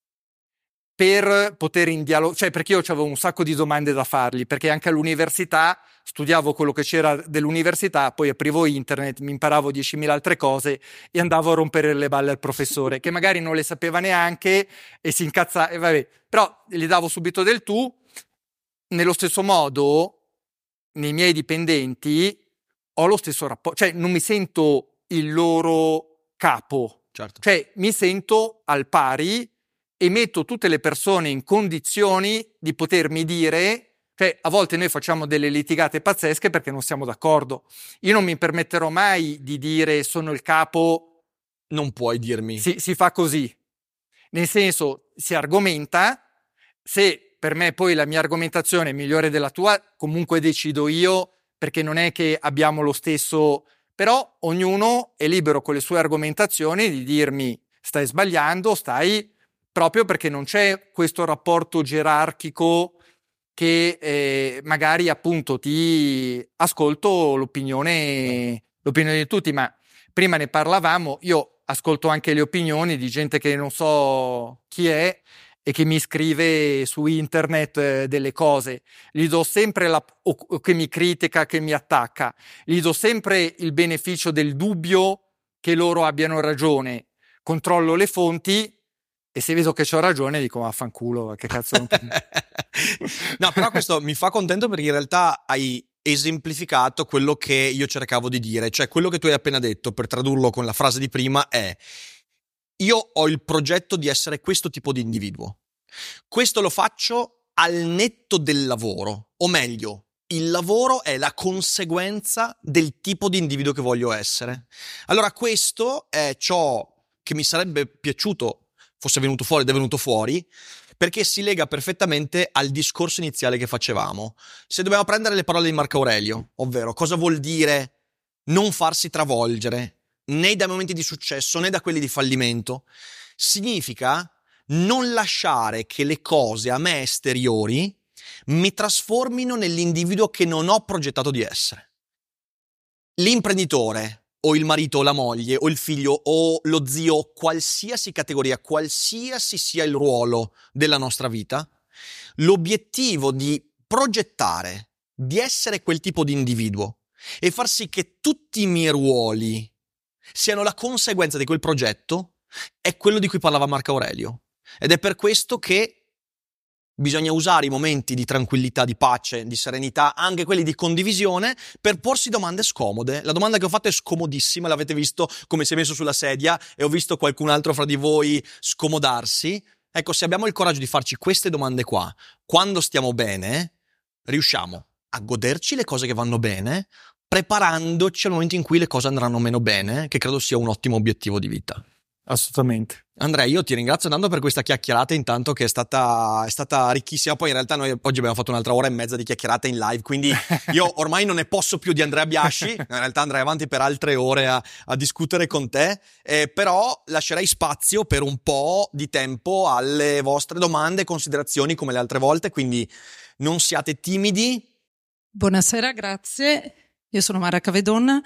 per poter in dialogo, cioè perché io avevo un sacco di domande da fargli, perché anche all'università studiavo quello che c'era dell'università, poi aprivo internet, mi imparavo diecimila altre cose e andavo a rompere le balle al professore, che magari non le sapeva neanche e si incazza, e vabbè, però gli davo subito del tu. Nello stesso modo, nei miei dipendenti ho lo stesso rapporto, cioè non mi sento il loro capo, certo. Cioè mi sento al pari e metto tutte le persone in condizioni di potermi dire, cioè a volte noi facciamo delle litigate pazzesche perché non siamo d'accordo. Io non mi permetterò mai di dire sono il capo. Non puoi dirmi. Si, si fa così. Nel senso, si argomenta, se per me poi la mia argomentazione è migliore della tua, comunque decido io, perché non è che abbiamo lo stesso, però ognuno è libero con le sue argomentazioni di dirmi stai sbagliando, stai... proprio perché non c'è questo rapporto gerarchico che eh, magari appunto ti ascolto l'opinione, l'opinione di tutti, ma prima ne parlavamo, io ascolto anche le opinioni di gente che non so chi è e che mi scrive su internet eh, delle cose, gli do sempre la, o, o che mi critica, che mi attacca, gli do sempre il beneficio del dubbio che loro abbiano ragione, controllo le fonti. E se vedo che c'ho ragione dico vaffanculo, che cazzo non... No, però questo mi fa contento perché in realtà hai esemplificato quello che io cercavo di dire, cioè quello che tu hai appena detto, per tradurlo con la frase di prima, è: io ho il progetto di essere questo tipo di individuo, questo lo faccio al netto del lavoro, o meglio, il lavoro è la conseguenza del tipo di individuo che voglio essere. Allora questo è ciò che mi sarebbe piaciuto fosse venuto fuori ed è venuto fuori, perché si lega perfettamente al discorso iniziale che facevamo. Se dobbiamo prendere le parole di Marco Aurelio, ovvero cosa vuol dire non farsi travolgere né dai momenti di successo né da quelli di fallimento, significa non lasciare che le cose a me esteriori mi trasformino nell'individuo che non ho progettato di essere. L'imprenditore o il marito o la moglie o il figlio o lo zio, qualsiasi categoria, qualsiasi sia il ruolo della nostra vita, l'obiettivo di progettare, di essere quel tipo di individuo e far sì che tutti i miei ruoli siano la conseguenza di quel progetto è quello di cui parlava Marco Aurelio. Ed è per questo che bisogna usare i momenti di tranquillità, di pace, di serenità, anche quelli di condivisione, per porsi domande scomode. La domanda che ho fatto è scomodissima, l'avete visto come si è messo sulla sedia e ho visto qualcun altro fra di voi scomodarsi. Ecco, se abbiamo il coraggio di farci queste domande qua, quando stiamo bene, riusciamo a goderci le cose che vanno bene, preparandoci al momento in cui le cose andranno meno bene, che credo sia un ottimo obiettivo di vita. Assolutamente. Andrea, io ti ringrazio tanto per questa chiacchierata, intanto, che è stata, è stata ricchissima. Poi in realtà noi oggi abbiamo fatto un'altra ora e mezza di chiacchierata in live, quindi io ormai non ne posso più di Andrea Biasci. In realtà andrei avanti per altre ore a, a discutere con te, eh, però lascerei spazio per un po' di tempo alle vostre domande e considerazioni come le altre volte, quindi non siate timidi. Buonasera, grazie. Io sono Mara Cavedon.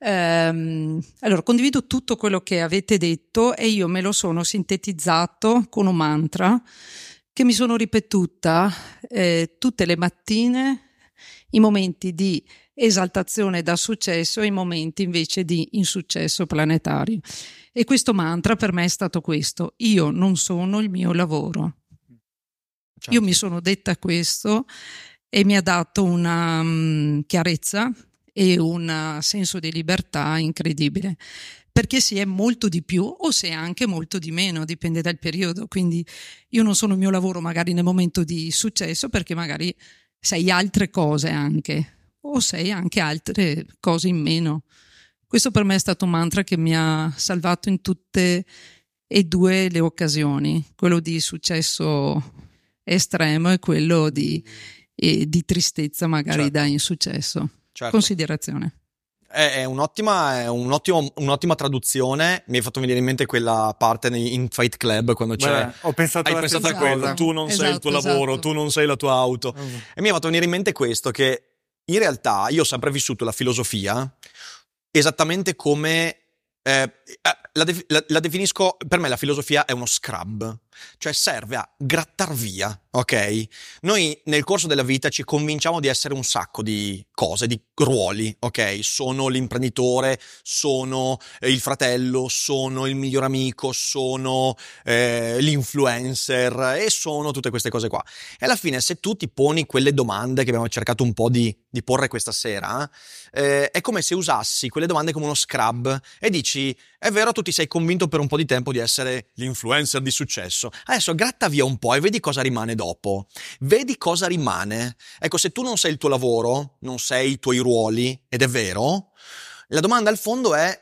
Ehm, allora, condivido tutto quello che avete detto e io me lo sono sintetizzato con un mantra che mi sono ripetuta eh, tutte le mattine, in momenti di esaltazione da successo e in momenti invece di insuccesso planetario. E questo mantra per me è stato questo: io non sono il mio lavoro. Certo. Io mi sono detta questo e mi ha dato una um, chiarezza e un senso di libertà incredibile, perché si è molto di più o si è anche molto di meno, dipende dal periodo. Quindi io non sono il mio lavoro magari nel momento di successo, perché magari sei altre cose anche, o sei anche altre cose in meno. Questo per me è stato un mantra che mi ha salvato in tutte e due le occasioni, quello di successo estremo e quello di, e di tristezza magari certo. da insuccesso. Certo. Considerazione. È, è un'ottima, è un ottimo, un'ottima traduzione. Mi hai fatto venire in mente quella parte in Fight Club quando c'è. Beh, ho pensato, hai pensato a quello. Tu non esatto, sei il tuo esatto. lavoro, tu non sei la tua auto. Uh-huh. E mi ha fatto venire in mente questo, che in realtà io ho sempre vissuto la filosofia esattamente come eh, la, def- la, la definisco, per me la filosofia è uno scrub, cioè serve a grattar via, ok? Noi nel corso della vita ci convinciamo di essere un sacco di cose, di ruoli, ok? Sono l'imprenditore, sono il fratello, sono il miglior amico, sono eh, l'influencer e sono tutte queste cose qua. E alla fine, se tu ti poni quelle domande che abbiamo cercato un po' di, di porre questa sera, eh, è come se usassi quelle domande come uno scrub e dici: è vero, tu ti sei convinto per un po' di tempo di essere l'influencer di successo. Adesso gratta via un po' e vedi cosa rimane dopo. Vedi cosa rimane. Ecco, se tu non sei il tuo lavoro, non sei i tuoi ruoli, ed è vero, la domanda al fondo è: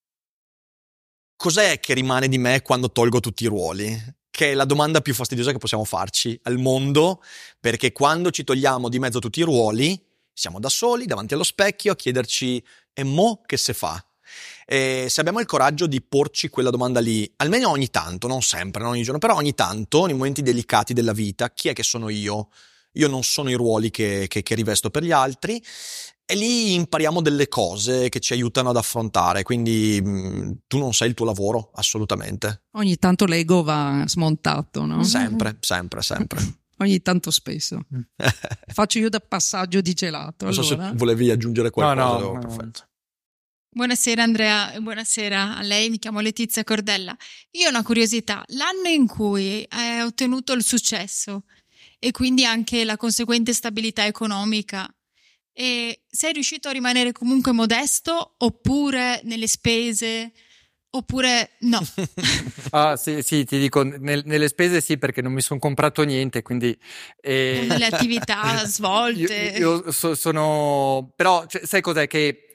cos'è che rimane di me quando tolgo tutti i ruoli? Che è la domanda più fastidiosa che possiamo farci al mondo, perché quando ci togliamo di mezzo tutti i ruoli, siamo da soli davanti allo specchio a chiederci: e mo che se fa? E se abbiamo il coraggio di porci quella domanda lì, almeno ogni tanto, non sempre, non ogni giorno, però ogni tanto, nei momenti delicati della vita, chi è che sono io? Io non sono i ruoli che, che, che rivesto per gli altri, e lì impariamo delle cose che ci aiutano ad affrontare, quindi mh, tu non sei il tuo lavoro, assolutamente. Ogni tanto l'ego va smontato, no? Sempre, sempre, sempre. Ogni tanto spesso. Faccio io da passaggio di gelato. Non so allora. se volevi aggiungere qualcosa. No, no, o... no. Perfetto. Buonasera Andrea e buonasera a lei, mi chiamo Letizia Cordella. Io ho una curiosità, l'anno in cui hai ottenuto il successo e quindi anche la conseguente stabilità economica, e sei riuscito a rimanere comunque modesto oppure nelle spese oppure no? Ah, sì, sì, ti dico, nel, nelle spese sì, perché non mi sono comprato niente, quindi... Eh, Nelle attività svolte? Io, io so, sono... Però, cioè, sai cos'è che...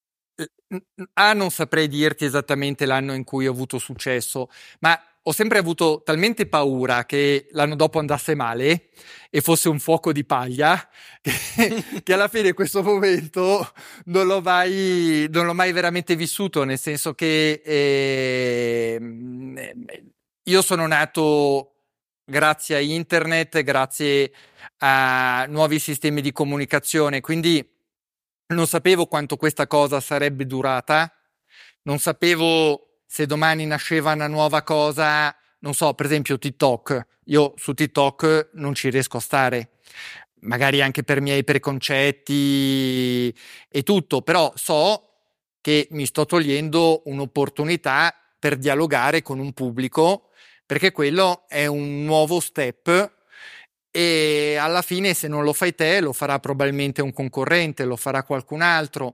A, non saprei dirti esattamente l'anno in cui ho avuto successo, ma ho sempre avuto talmente paura che l'anno dopo andasse male e fosse un fuoco di paglia che, che alla fine questo momento non l'ho mai, non l'ho mai veramente vissuto, nel senso che eh, io sono nato grazie a internet, grazie a nuovi sistemi di comunicazione, quindi non sapevo quanto questa cosa sarebbe durata, non sapevo se domani nasceva una nuova cosa, non so, per esempio TikTok. Io su TikTok non ci riesco a stare, magari anche per miei preconcetti e tutto, però so che mi sto togliendo un'opportunità per dialogare con un pubblico, perché quello è un nuovo step. E alla fine, se non lo fai te, lo farà probabilmente un concorrente, lo farà qualcun altro.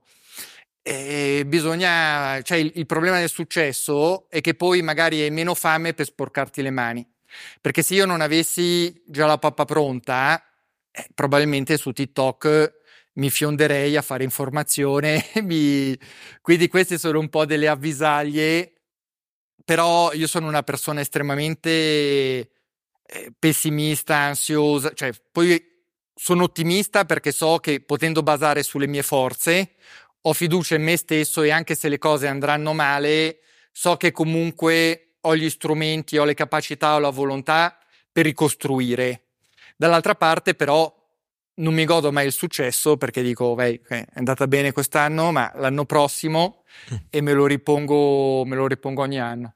E bisogna, cioè il, il problema del successo è che poi magari hai meno fame per sporcarti le mani, perché se io non avessi già la pappa pronta, eh, probabilmente su TikTok mi fionderei a fare informazione. mi... Quindi queste sono un po' delle avvisaglie, però io sono una persona estremamente pessimista, ansiosa, cioè poi sono ottimista perché so che potendo basare sulle mie forze ho fiducia in me stesso, e anche se le cose andranno male so che comunque ho gli strumenti, ho le capacità, ho la volontà per ricostruire. Dall'altra parte però non mi godo mai il successo, perché dico beh, è andata bene quest'anno, ma l'anno prossimo e me lo ripongo, me lo ripongo ogni anno.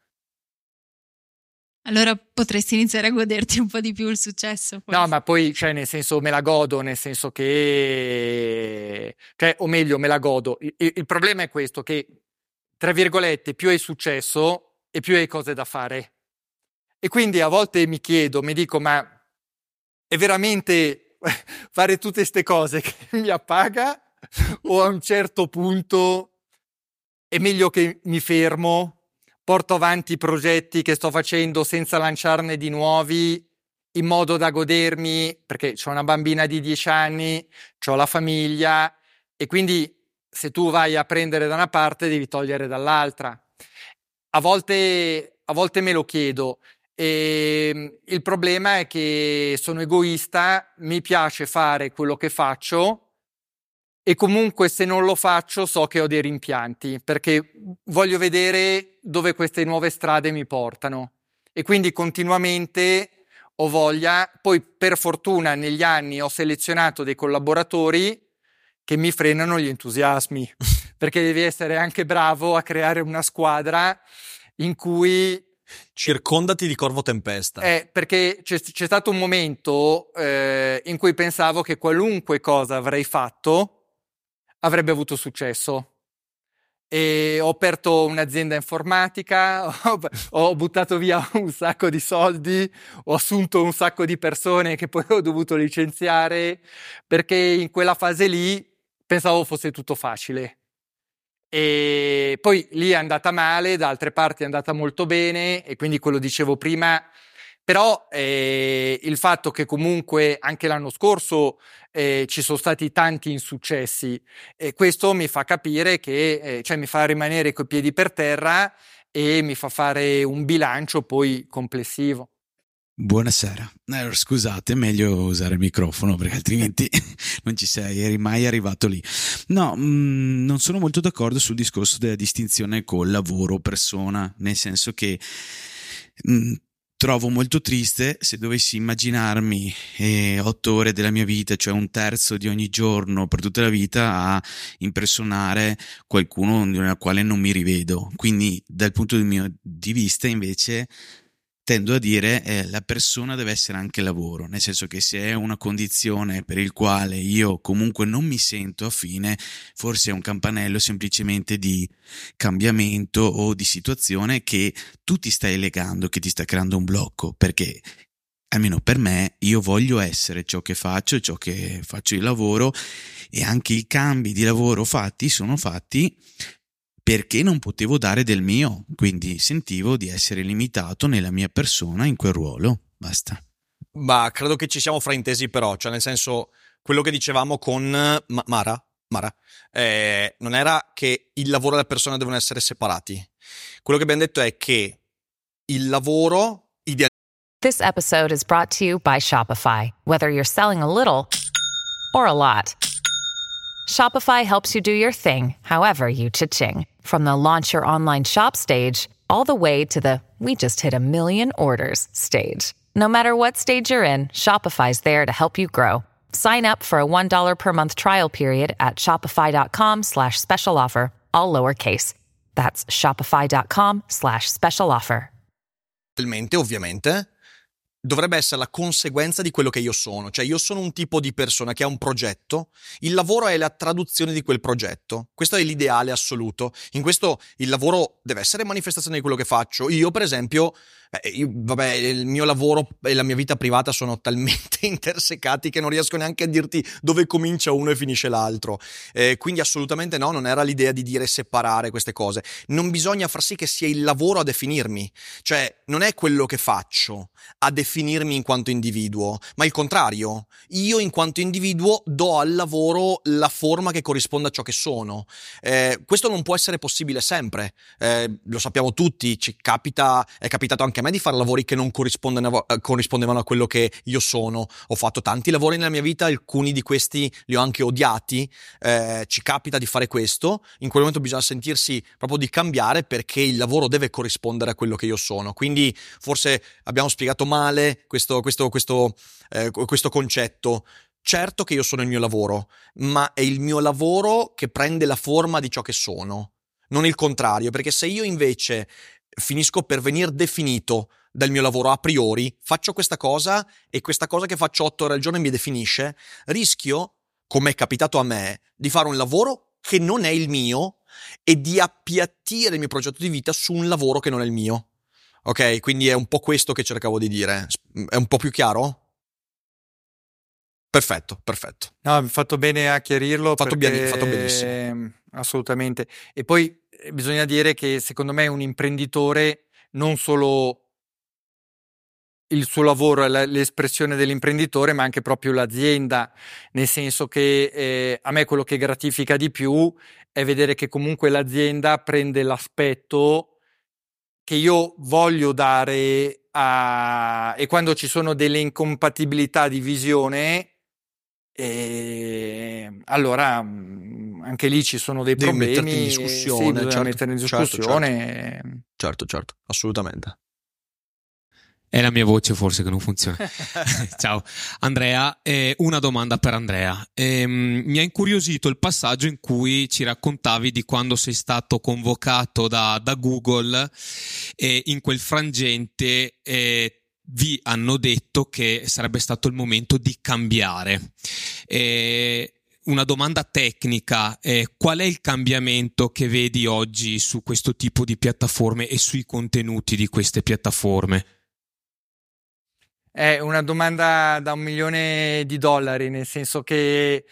Allora potresti iniziare a goderti un po' di più il successo. Forse. No, ma poi, cioè, nel senso, me la godo, nel senso che... Cioè, o meglio, me la godo. Il, il problema è questo, che, tra virgolette, più hai successo e più hai cose da fare. E quindi a volte mi chiedo, mi dico, ma è veramente fare tutte queste cose che mi appaga? O a un certo punto è meglio che mi fermo, porto avanti i progetti che sto facendo senza lanciarne di nuovi, in modo da godermi, perché c'ho una bambina di dieci anni, c'ho la famiglia, e quindi se tu vai a prendere da una parte devi togliere dall'altra. A volte, a volte me lo chiedo, e il problema è che sono egoista, mi piace fare quello che faccio, e comunque se non lo faccio so che ho dei rimpianti, perché voglio vedere dove queste nuove strade mi portano, e quindi continuamente ho voglia. Poi per fortuna negli anni ho selezionato dei collaboratori che mi frenano gli entusiasmi, perché devi essere anche bravo a creare una squadra in cui... Circondati di Corvo Tempesta. Eh, perché c'è, c'è stato un momento eh, in cui pensavo che qualunque cosa avrei fatto avrebbe avuto successo. E ho aperto un'azienda informatica, ho, ho buttato via un sacco di soldi, ho assunto un sacco di persone che poi ho dovuto licenziare, perché in quella fase lì pensavo fosse tutto facile. E poi lì è andata male, da altre parti è andata molto bene, e quindi quello dicevo prima. Però eh, il fatto che comunque anche l'anno scorso eh, ci sono stati tanti insuccessi, e questo mi fa capire che, eh, cioè mi fa rimanere coi piedi per terra e mi fa fare un bilancio poi complessivo. Buonasera, eh, scusate, meglio usare il microfono perché altrimenti non ci sei, eri mai arrivato lì. No, mh, non sono molto d'accordo sul discorso della distinzione col lavoro persona, nel senso che mh, trovo molto triste se dovessi immaginarmi eh, otto ore della mia vita, cioè un terzo di ogni giorno per tutta la vita, a impersonare qualcuno nella quale non mi rivedo. Quindi dal punto di, mio, di vista invece tendo a dire eh, la persona deve essere anche lavoro, nel senso che se è una condizione per il quale io comunque non mi sento affine, forse è un campanello semplicemente di cambiamento o di situazione che tu ti stai legando, che ti sta creando un blocco, perché almeno per me io voglio essere ciò che faccio, ciò che faccio il lavoro, e anche i cambi di lavoro fatti sono fatti perché non potevo dare del mio, quindi sentivo di essere limitato nella mia persona in quel ruolo, basta. Ma credo che ci siamo fraintesi però, cioè nel senso, quello che dicevamo con Ma- Mara, Mara eh, non era che il lavoro e la persona devono essere separati. Quello che abbiamo detto è che il lavoro idealmente... This episode is brought to you by Shopify. Whether you're selling a little or a lot, Shopify helps you do your thing, however you cha-ching. From the launch your online shop stage, all the way to the we just hit a million orders stage. No matter what stage you're in, Shopify's there to help you grow. Sign up for a one dollar per month trial period at shopify.com slash special offer, all lowercase. That's shopify.com slash special offer. Ovviamente dovrebbe essere la conseguenza di quello che io sono, cioè io sono un tipo di persona che ha un progetto, il lavoro è la traduzione di quel progetto, questo è l'ideale assoluto. In questo il lavoro deve essere manifestazione di quello che faccio. Io per esempio, eh, io, vabbè, il mio lavoro e la mia vita privata sono talmente intersecati che non riesco neanche a dirti dove comincia uno e finisce l'altro, eh, quindi assolutamente no, non era l'idea di dire separare queste cose. Non bisogna far sì che sia il lavoro a definirmi, cioè non è quello che faccio a definirmi definirmi in quanto individuo, ma il contrario. Io in quanto individuo do al lavoro la forma che corrisponde a ciò che sono. Eh, questo non può essere possibile sempre, eh, lo sappiamo tutti, ci capita, è capitato anche a me di fare lavori che non corrispondevano, eh, corrispondevano a quello che io sono. Ho fatto tanti lavori nella mia vita, alcuni di questi li ho anche odiati, eh, ci capita di fare questo, in quel momento bisogna sentirsi proprio di cambiare perché il lavoro deve corrispondere a quello che io sono. Quindi forse abbiamo spiegato male questo, questo, questo, eh, questo concetto. Certo che io sono il mio lavoro, ma è il mio lavoro che prende la forma di ciò che sono, non il contrario, perché se io invece finisco per venir definito dal mio lavoro a priori, faccio questa cosa e questa cosa che faccio otto ore al giorno mi definisce, rischio, come è capitato a me, di fare un lavoro che non è il mio e di appiattire il mio progetto di vita su un lavoro che non è il mio. Ok, quindi è un po' questo che cercavo di dire. È un po' più chiaro? Perfetto, perfetto. No, hai fatto bene a chiarirlo. Fatto, perché... bene, fatto benissimo. Assolutamente. E poi bisogna dire che secondo me un imprenditore non solo il suo lavoro è l'espressione dell'imprenditore, ma anche proprio l'azienda, nel senso che eh, a me quello che gratifica di più è vedere che comunque l'azienda prende l'aspetto che io voglio dare a... e quando ci sono delle incompatibilità di visione, eh, allora anche lì ci sono dei Devi problemi. metterti in discussione, sì, bisogna certo, mettere in certo, discussione. Certo, certo, certo, assolutamente. È la mia voce forse che non funziona. Ciao Andrea, eh, una domanda per Andrea. Eh, mi ha incuriosito il passaggio in cui ci raccontavi di quando sei stato convocato da, da Google e in quel frangente eh, vi hanno detto che sarebbe stato il momento di cambiare. Eh, una domanda tecnica, eh, qual è il cambiamento che vedi oggi su questo tipo di piattaforme e sui contenuti di queste piattaforme? È una domanda da un milione di dollari, nel senso che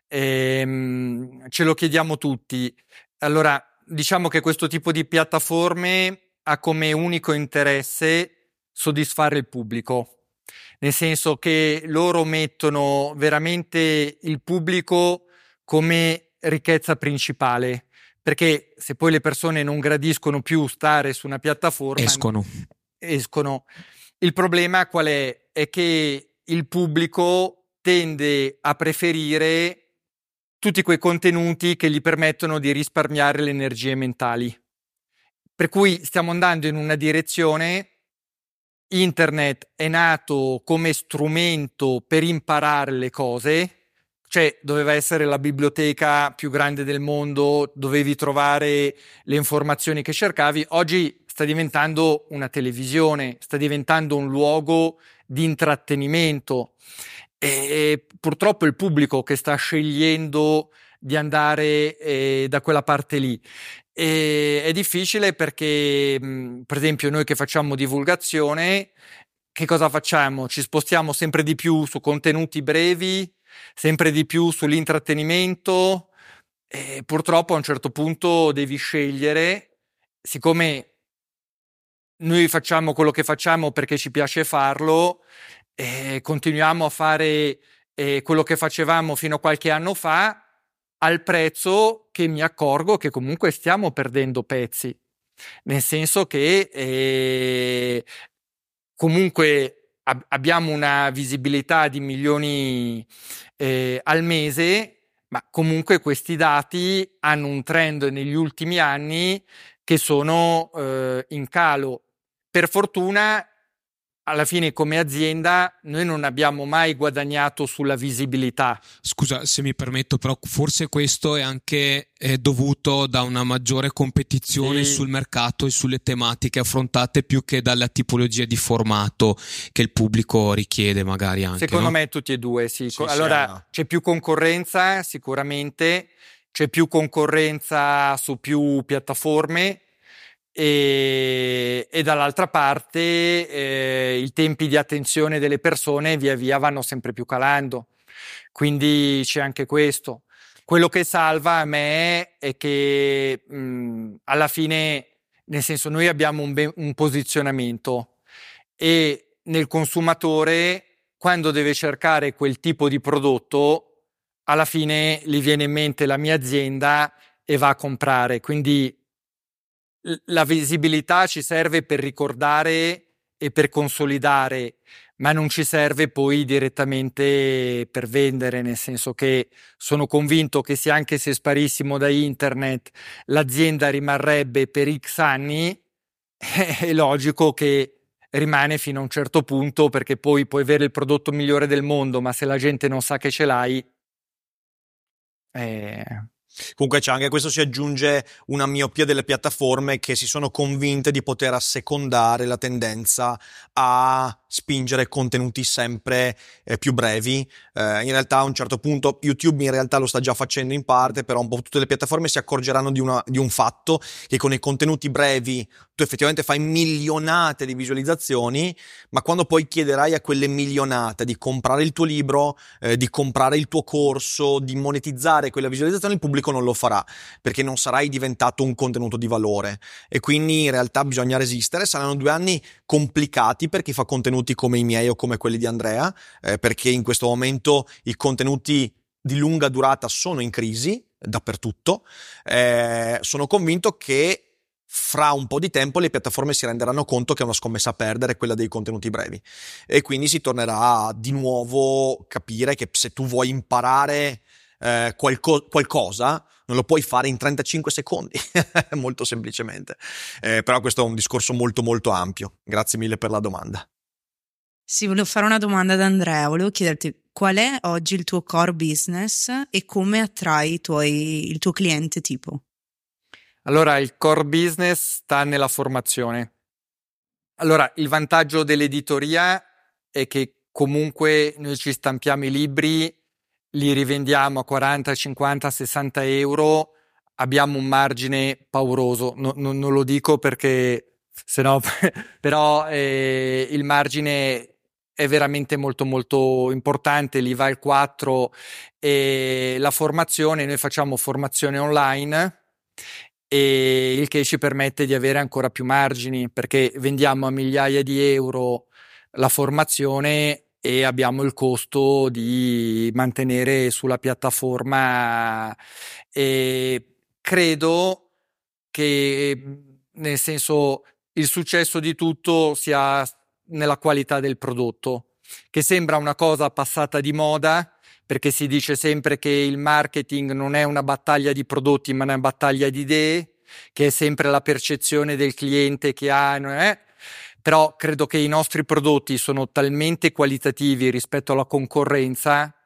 ehm, ce lo chiediamo tutti. Allora, diciamo che questo tipo di piattaforme ha come unico interesse soddisfare il pubblico, nel senso che loro mettono veramente il pubblico come ricchezza principale, perché se poi le persone non gradiscono più stare su una piattaforma, escono. escono. Il problema qual è? È che il pubblico tende a preferire tutti quei contenuti che gli permettono di risparmiare le energie mentali. Per cui stiamo andando in una direzione. Internet è nato come strumento per imparare le cose, cioè doveva essere la biblioteca più grande del mondo, dovevi trovare le informazioni che cercavi. Oggi sta diventando una televisione, sta diventando un luogo di intrattenimento e purtroppo è il pubblico che sta scegliendo di andare eh, da quella parte lì. E è difficile perché, mh, per esempio, noi che facciamo divulgazione, che cosa facciamo? Ci spostiamo sempre di più su contenuti brevi, sempre di più sull'intrattenimento e purtroppo a un certo punto devi scegliere, siccome noi facciamo quello che facciamo perché ci piace farlo, e continuiamo a fare eh, quello che facevamo fino a qualche anno fa, al prezzo che mi accorgo che comunque stiamo perdendo pezzi, nel senso che eh, comunque ab- abbiamo una visibilità di milioni eh, al mese, ma comunque questi dati hanno un trend negli ultimi anni che sono eh, in calo. Per fortuna, alla fine come azienda noi non abbiamo mai guadagnato sulla visibilità. Scusa se mi permetto, però forse questo è anche è dovuto da una maggiore competizione sì. sul mercato e sulle tematiche affrontate più che dalla tipologia di formato che il pubblico richiede magari anche. Secondo no? me tutti e due, sì. Sì, allora sì, no. C'è più concorrenza sicuramente, c'è più concorrenza su più piattaforme. E, e dall'altra parte eh, i tempi di attenzione delle persone via via vanno sempre più calando, quindi c'è anche questo. Quello che salva a me è che mh, alla fine, nel senso, noi abbiamo un, be- un posizionamento e nel consumatore, quando deve cercare quel tipo di prodotto, alla fine gli viene in mente la mia azienda e va a comprare. Quindi la visibilità ci serve per ricordare e per consolidare, ma non ci serve poi direttamente per vendere, nel senso che sono convinto che se anche se sparissimo da internet l'azienda rimarrebbe per X anni, è logico che rimane fino a un certo punto, perché poi puoi avere il prodotto migliore del mondo, ma se la gente non sa che ce l'hai... Eh... Comunque c'è anche questo, si aggiunge una miopia delle piattaforme che si sono convinte di poter assecondare la tendenza a spingere contenuti sempre eh, più brevi. Eh, in realtà a un certo punto YouTube in realtà lo sta già facendo in parte, però un po' tutte le piattaforme si accorgeranno di, una, di un fatto, che con i contenuti brevi tu effettivamente fai milionate di visualizzazioni, ma quando poi chiederai a quelle milionate di comprare il tuo libro, eh, di comprare il tuo corso, di monetizzare quella visualizzazione, il pubblico non lo farà, perché non sarai diventato un contenuto di valore. E quindi in realtà bisogna resistere. Saranno due anni complicati per chi fa contenuti come i miei o come quelli di Andrea, eh, perché in questo momento i contenuti di lunga durata sono in crisi dappertutto. Eh, sono convinto che fra un po' di tempo le piattaforme si renderanno conto che è una scommessa a perdere quella dei contenuti brevi, e quindi si tornerà a di nuovo capire che se tu vuoi imparare eh, qualco- qualcosa non lo puoi fare in trentacinque secondi molto semplicemente, eh, però questo è un discorso molto molto ampio. Grazie mille per la domanda. Sì, volevo fare una domanda ad Andrea, volevo chiederti qual è oggi il tuo core business e come attrai i tuoi, il tuo cliente tipo? Allora, il core business sta nella formazione. Allora, il vantaggio dell'editoria è che comunque noi ci stampiamo i libri, li rivendiamo a quaranta, cinquanta, sessanta euro, abbiamo un margine pauroso. No, no, non lo dico perché, se no, però eh, il margine è veramente molto molto importante, l'I V A il quattro e la formazione, noi facciamo formazione online e il che ci permette di avere ancora più margini perché vendiamo a migliaia di euro la formazione e abbiamo il costo di mantenere sulla piattaforma e credo che, nel senso, il successo di tutto sia nella qualità del prodotto, che sembra una cosa passata di moda perché si dice sempre che il marketing non è una battaglia di prodotti ma una battaglia di idee, che è sempre la percezione del cliente che ha, non è? Però credo che i nostri prodotti sono talmente qualitativi rispetto alla concorrenza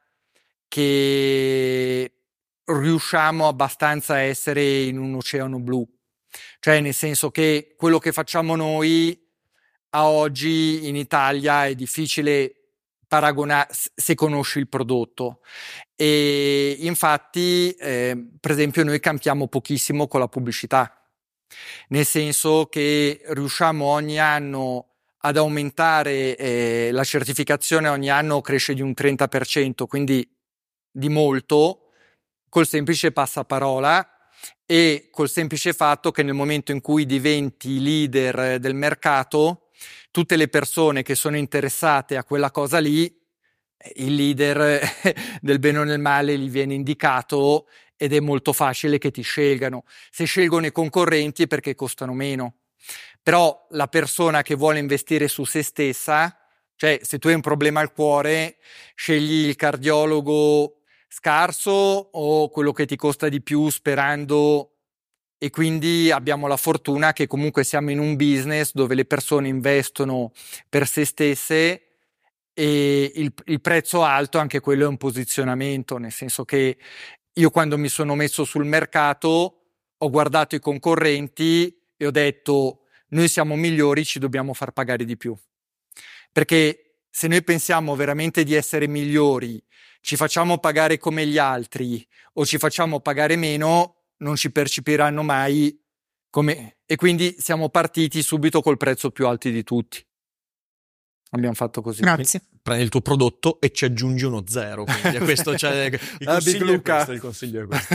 che riusciamo abbastanza a essere in un oceano blu, cioè nel senso che quello che facciamo noi a oggi in Italia è difficile paragonare se conosci il prodotto e infatti eh, per esempio noi campiamo pochissimo con la pubblicità, nel senso che riusciamo ogni anno ad aumentare eh, la certificazione, ogni anno cresce di un trenta per cento, quindi di molto, col semplice passaparola e col semplice fatto che nel momento in cui diventi leader del mercato tutte le persone che sono interessate a quella cosa lì, il leader del bene o del male gli viene indicato ed è molto facile che ti scelgano. Se scelgono i concorrenti è perché costano meno. Però la persona che vuole investire su se stessa, cioè se tu hai un problema al cuore, scegli il cardiologo scarso o quello che ti costa di più sperando. E quindi abbiamo la fortuna che comunque siamo in un business dove le persone investono per se stesse e il, il prezzo alto anche quello è un posizionamento, nel senso che io quando mi sono messo sul mercato ho guardato i concorrenti e ho detto noi siamo migliori, ci dobbiamo far pagare di più, perché se noi pensiamo veramente di essere migliori, ci facciamo pagare come gli altri o ci facciamo pagare meno, non ci percepiranno mai come, e quindi siamo partiti subito col prezzo più alto di tutti. Abbiamo fatto così. Grazie. Quindi prendi il tuo prodotto e ci aggiungi uno zero, quindi a questo c'è il ah, Big Luca. È questo, il consiglio è questo.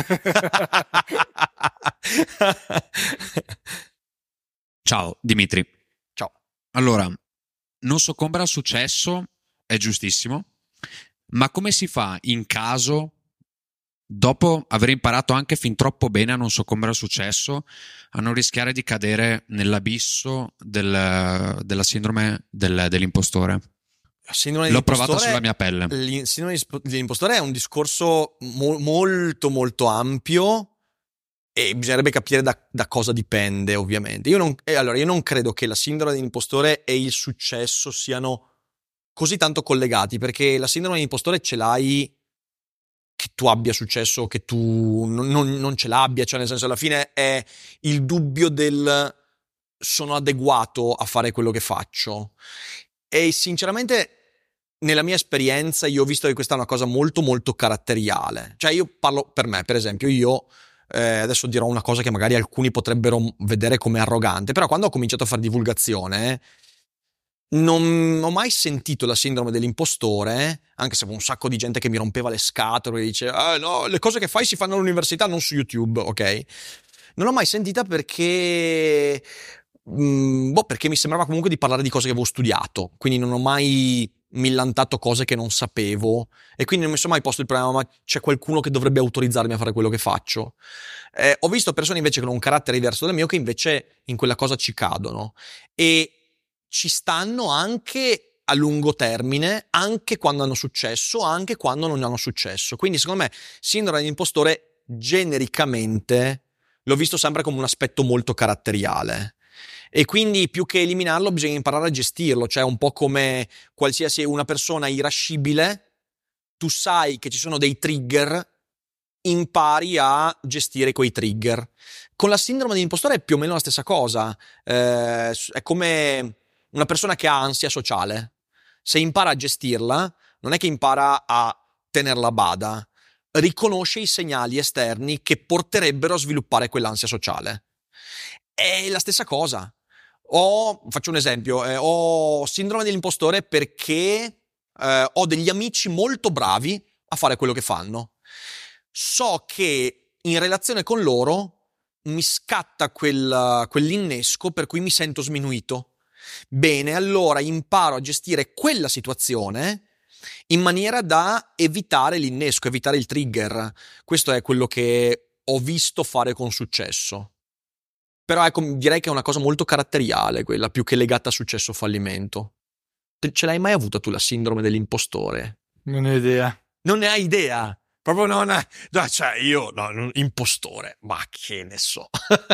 Ciao Dimitri. Ciao. Allora, non soccombere al successo è giustissimo, ma come si fa in caso, dopo aver imparato anche fin troppo bene a non soccombere al successo, a non rischiare di cadere nell'abisso del, della sindrome del, dell'impostore? Sindrome L'ho provata sulla mia pelle. La sindrome dell'impostore è un discorso mo- molto molto ampio e bisognerebbe capire da, da cosa dipende, ovviamente. Io non, eh, allora, io non credo che la sindrome dell'impostore e il successo siano così tanto collegati, perché la sindrome dell'impostore ce l'hai che tu abbia successo o che tu non, non, non ce l'abbia, cioè nel senso alla fine è il dubbio del sono adeguato a fare quello che faccio. E sinceramente nella mia esperienza io ho visto che questa è una cosa molto molto caratteriale, cioè io parlo per me, per esempio io eh, adesso dirò una cosa che magari alcuni potrebbero vedere come arrogante, però quando ho cominciato a fare divulgazione non ho mai sentito la sindrome dell'impostore, anche se avevo un sacco di gente che mi rompeva le scatole e diceva ah, no, le cose che fai si fanno all'università, non su YouTube, ok? Non l'ho mai sentita perché mh, boh, perché mi sembrava comunque di parlare di cose che avevo studiato, quindi non ho mai millantato cose che non sapevo e quindi non mi sono mai posto il problema ma c'è qualcuno che dovrebbe autorizzarmi a fare quello che faccio. Eh, ho visto persone invece con un carattere diverso dal mio che invece in quella cosa ci cadono e ci stanno anche a lungo termine, anche quando hanno successo, anche quando non hanno successo. Quindi secondo me sindrome dell'impostore genericamente l'ho visto sempre come un aspetto molto caratteriale. E quindi più che eliminarlo bisogna imparare a gestirlo, cioè un po' come qualsiasi una persona irascibile, tu sai che ci sono dei trigger, impari a gestire quei trigger. Con la sindrome dell'impostore è più o meno la stessa cosa, eh, è come una persona che ha ansia sociale. Se impara a gestirla, non è che impara a tenerla a bada, riconosce i segnali esterni che porterebbero a sviluppare quell'ansia sociale. È la stessa cosa. Ho, faccio un esempio, eh, ho sindrome dell'impostore perché eh, ho degli amici molto bravi a fare quello che fanno. So che in relazione con loro mi scatta quel, quell'innesco per cui mi sento sminuito. Bene, allora imparo a gestire quella situazione in maniera da evitare l'innesco, evitare il trigger. Questo è quello che ho visto fare con successo. Però ecco, direi che è una cosa molto caratteriale quella, più che legata a successo o fallimento. Ce l'hai mai avuta tu la sindrome dell'impostore? Non ho idea. Non ne hai idea? Proprio non è... No, cioè io, no, non, impostore, ma che ne so.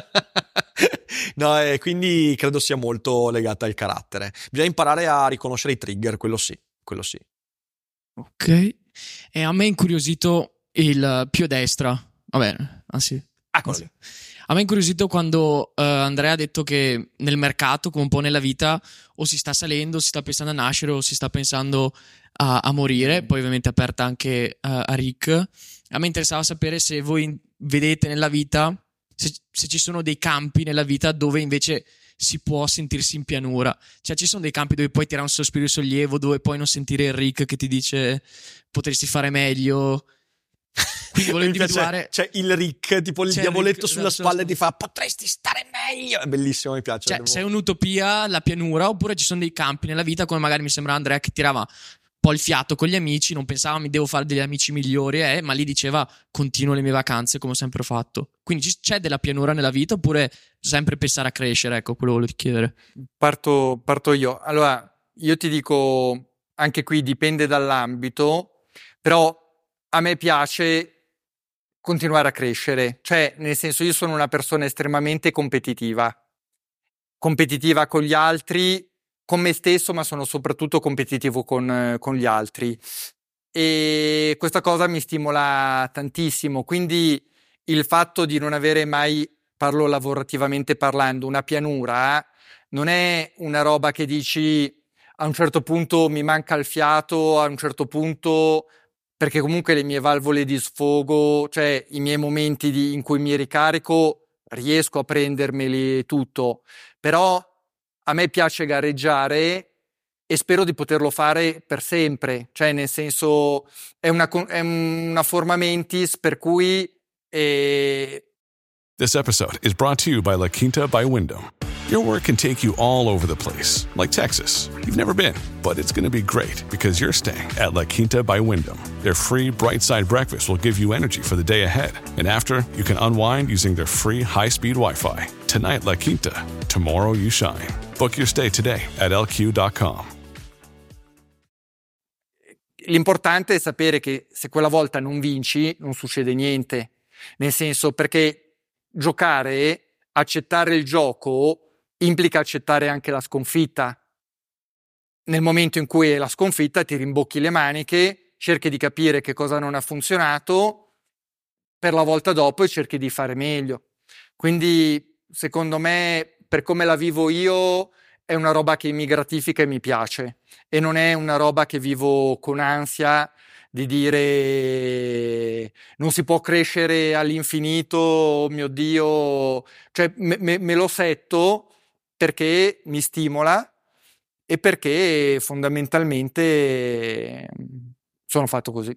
No, e quindi credo sia molto legata al carattere. Bisogna imparare a riconoscere i trigger, quello sì, quello sì. Ok, e a me è incuriosito il più a destra. Vabbè, anzi... Ah, così. A me è incuriosito quando uh, Andrea ha detto che nel mercato, come un po' nella vita, o si sta salendo, si sta pensando a nascere o si sta pensando a, a morire. Poi ovviamente aperta anche uh, a Rick. A me interessava sapere se voi vedete nella vita, se, se ci sono dei campi nella vita dove invece si può sentirsi in pianura. Cioè ci sono dei campi dove puoi tirare un sospiro di sollievo, dove puoi non sentire il Rick che ti dice potresti fare meglio. Quindi volevo individuare. C'è il Rick, tipo il C'è diavoletto Rick, sulla esatto, spalla e ti fa potresti stare meglio. È bellissimo, mi piace. Cioè, devo... se è un'utopia la pianura, oppure ci sono dei campi nella vita, come magari mi sembra Andrea che tirava un po' il fiato con gli amici, non pensava mi devo fare degli amici migliori, eh, ma lì diceva continuo le mie vacanze come ho sempre fatto. Quindi c'è della pianura nella vita oppure sempre pensare a crescere? Ecco, quello volevo chiedere. Parto, parto io. Allora, io ti dico, anche qui dipende dall'ambito, però a me piace continuare a crescere, cioè nel senso io sono una persona estremamente competitiva, competitiva con gli altri, con me stesso, ma sono soprattutto competitivo con, con gli altri e questa cosa mi stimola tantissimo, quindi il fatto di non avere mai, parlo lavorativamente parlando, una pianura non è una roba che dici a un certo punto mi manca il fiato, a un certo punto... perché comunque le mie valvole di sfogo, cioè i miei momenti di, in cui mi ricarico, riesco a prendermeli tutto, però a me piace gareggiare e spero di poterlo fare per sempre, cioè nel senso è una, è una forma mentis per cui... Eh... This episode is brought to you by La Quinta by Wyndham. Your work can take you all over the place, like Texas. You've never been, but it's going to be great because you're staying at La Quinta by Wyndham. Their free Bright Side breakfast will give you energy for the day ahead. And after, you can unwind using their free high-speed Wi-Fi. Tonight, La Quinta. Tomorrow, you shine. Book your stay today at L Q dot com. L'importante è sapere che se quella volta non vinci, non succede niente. Nel senso, perché giocare, accettare il gioco... implica accettare anche la sconfitta. Nel momento in cui è la sconfitta ti rimbocchi le maniche, cerchi di capire che cosa non ha funzionato per la volta dopo e cerchi di fare meglio. Quindi secondo me, per come la vivo io, è una roba che mi gratifica e mi piace e non è una roba che vivo con ansia di dire non si può crescere all'infinito, oh mio Dio, cioè me, me, me lo setto perché mi stimola e perché fondamentalmente sono fatto così.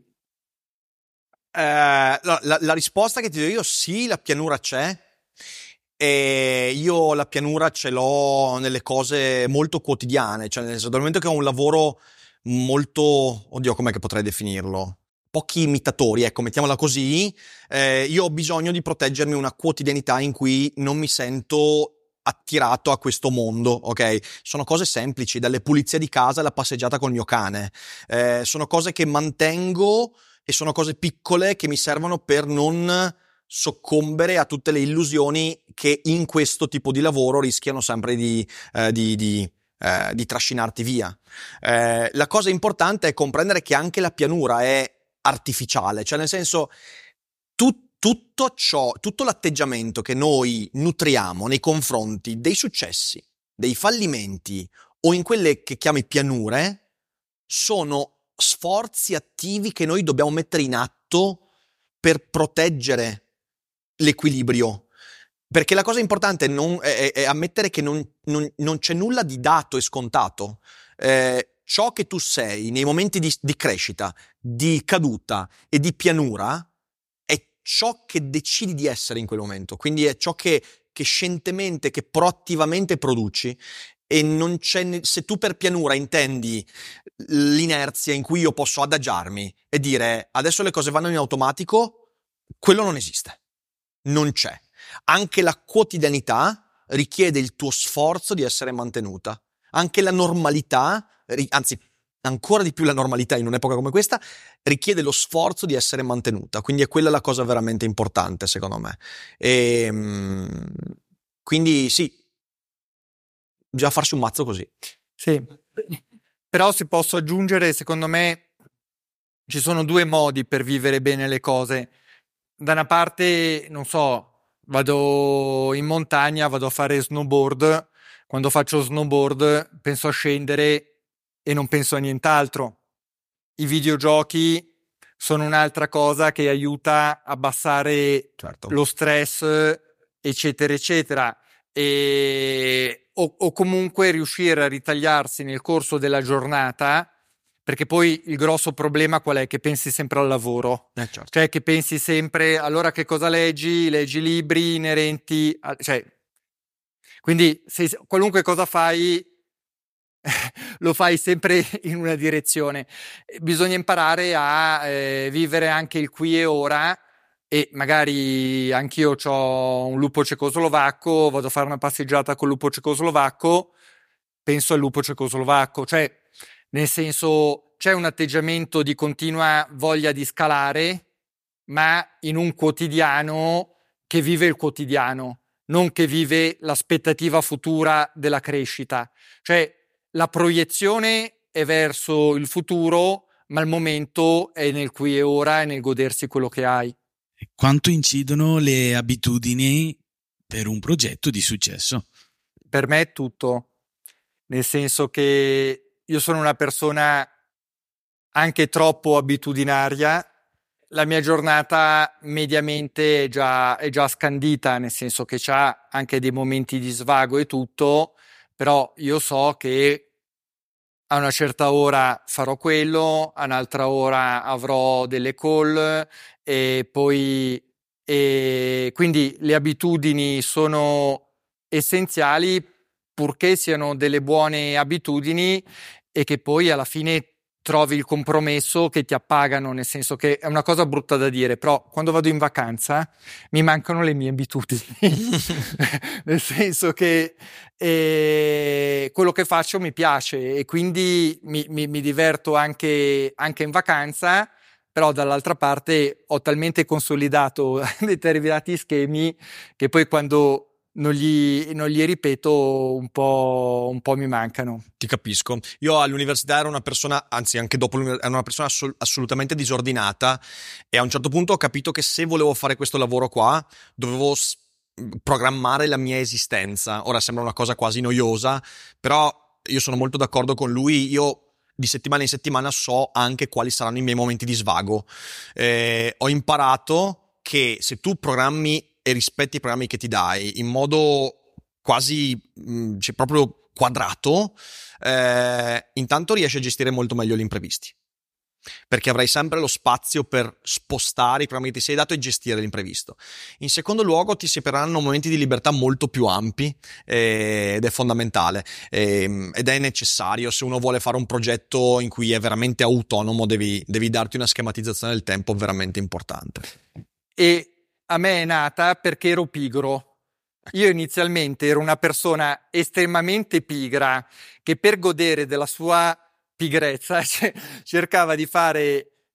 Eh, la, la, la risposta che ti do io, sì, la pianura c'è. E io la pianura ce l'ho nelle cose molto quotidiane, cioè nel senso, dal momento che ho un lavoro molto, oddio, com'è che potrei definirlo? Pochi imitatori, ecco, mettiamola così, eh, io ho bisogno di proteggermi una quotidianità in cui non mi sento attirato a questo mondo, ok? Sono cose semplici, dalle pulizie di casa alla passeggiata col mio cane, eh, sono cose che mantengo e sono cose piccole che mi servono per non soccombere a tutte le illusioni che in questo tipo di lavoro rischiano sempre di, eh, di, di, eh, di trascinarti via. Eh, la cosa importante è comprendere che anche la pianura è artificiale, cioè nel senso tu, tutto ciò, tutto l'atteggiamento che noi nutriamo nei confronti dei successi, dei fallimenti o in quelle che chiami pianure sono sforzi attivi che noi dobbiamo mettere in atto per proteggere l'equilibrio. Perché la cosa importante è, non, è, è ammettere che non, non, non c'è nulla di dato e scontato. Eh, ciò che tu sei nei momenti di, di crescita, di caduta e di pianura è ciò che decidi di essere in quel momento. Quindi è ciò che, che scientemente, che proattivamente produci. E non c'è, se tu per pianura intendi l'inerzia in cui io posso adagiarmi e dire adesso le cose vanno in automatico, quello non esiste. Non c'è. Anche la quotidianità richiede il tuo sforzo di essere mantenuta. Anche la normalità, anzi ancora di più la normalità in un'epoca come questa, richiede lo sforzo di essere mantenuta. Quindi è quella la cosa veramente importante, secondo me. E, quindi sì, bisogna farsi un mazzo così. Sì, però se posso aggiungere, secondo me ci sono due modi per vivere bene le cose. Da una parte, non so, vado in montagna, vado a fare snowboard. Quando faccio snowboard penso a scendere e non penso a nient'altro. I videogiochi sono un'altra cosa che aiuta a abbassare certo. lo stress, eccetera, eccetera. E, o, o comunque riuscire a ritagliarsi nel corso della giornata, perché poi il grosso problema qual è? Che pensi sempre al lavoro, eh, certo. cioè che pensi sempre allora che cosa leggi? Leggi libri inerenti a, cioè, quindi se, qualunque cosa fai lo fai sempre in una direzione. Bisogna imparare a eh, vivere anche il qui e ora. E magari anch'io ho un lupo cecoslovacco, vado a fare una passeggiata col lupo cecoslovacco, penso al lupo cecoslovacco, cioè nel senso c'è un atteggiamento di continua voglia di scalare, ma in un quotidiano che vive il quotidiano, non che vive l'aspettativa futura della crescita. Cioè la proiezione è verso il futuro, ma il momento è nel qui e ora e nel godersi quello che hai. Quanto incidono le abitudini per un progetto di successo? Per me è tutto, nel senso che io sono una persona anche troppo abitudinaria. La mia giornata mediamente è già, è già scandita, nel senso che c'ha anche dei momenti di svago e tutto, però io so che a una certa ora farò quello, a un'altra ora avrò delle call e poi e quindi le abitudini sono essenziali purché siano delle buone abitudini e che poi alla fine trovi il compromesso che ti appagano, nel senso che è una cosa brutta da dire, però quando vado in vacanza mi mancano le mie abitudini, nel senso che eh, quello che faccio mi piace e quindi mi, mi, mi diverto anche, anche in vacanza, però dall'altra parte ho talmente consolidato determinati schemi che poi quando non gli, non gli ripeto un po', un po' mi mancano. Ti capisco. Io all'università ero una persona, anzi anche dopo l'università, ero una persona assol- assolutamente disordinata e a un certo punto ho capito che se volevo fare questo lavoro qua dovevo s- programmare la mia esistenza. Ora sembra una cosa quasi noiosa, però io sono molto d'accordo con lui. Io di settimana in settimana so anche quali saranno i miei momenti di svago. Eh, ho imparato che se tu programmi e rispetti i programmi che ti dai in modo quasi mh, cioè proprio quadrato, eh, intanto riesci a gestire molto meglio gli imprevisti, perché avrai sempre lo spazio per spostare i programmi che ti sei dato e gestire l'imprevisto. In secondo luogo ti si apriranno momenti di libertà molto più ampi eh, ed è fondamentale eh, ed è necessario. Se uno vuole fare un progetto in cui è veramente autonomo devi, devi darti una schematizzazione del tempo veramente importante. E a me è nata perché ero pigro. Io inizialmente ero una persona estremamente pigra che per godere della sua pigrezza cercava di fare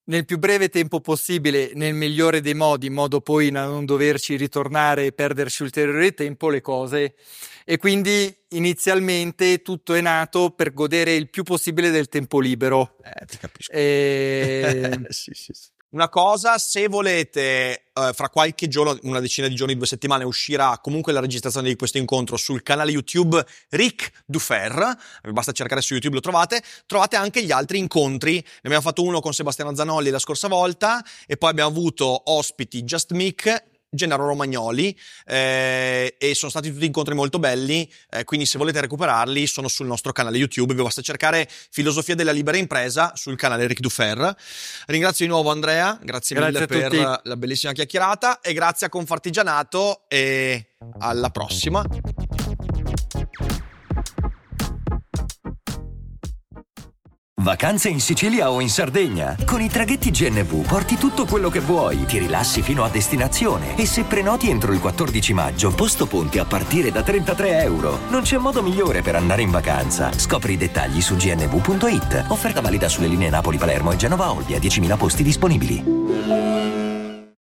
nel più breve tempo possibile, nel migliore dei modi, in modo poi da non doverci ritornare e perderci ulteriore tempo, le cose. E quindi inizialmente tutto è nato per godere il più possibile del tempo libero. Eh, ti capisco. E... sì, sì, sì. Una cosa, se volete, eh, fra qualche giorno, una decina di giorni, due settimane, uscirà comunque la registrazione di questo incontro sul canale YouTube Ric Dufer, basta cercare su YouTube, lo trovate. Trovate anche gli altri incontri, ne abbiamo fatto uno con Sebastiano Zanolli la scorsa volta e poi abbiamo avuto ospiti Just Mick, Gennaro Romagnoli, eh, e sono stati tutti incontri molto belli, eh, quindi se volete recuperarli sono sul nostro canale YouTube, vi basta cercare Filosofia della libera impresa sul canale Ric Dufer. Ringrazio di nuovo Andrea, grazie, grazie mille per tutti. La bellissima chiacchierata e grazie a Confartigianato e alla prossima. Vacanze in Sicilia o in Sardegna? Con i traghetti G N V porti tutto quello che vuoi, ti rilassi fino a destinazione e se prenoti entro il quattordici maggio, posto ponti a partire da trentatré euro. Non c'è modo migliore per andare in vacanza. Scopri i dettagli su g n v punto i t. Offerta valida sulle linee Napoli-Palermo e Genova-Olbia, diecimila posti disponibili.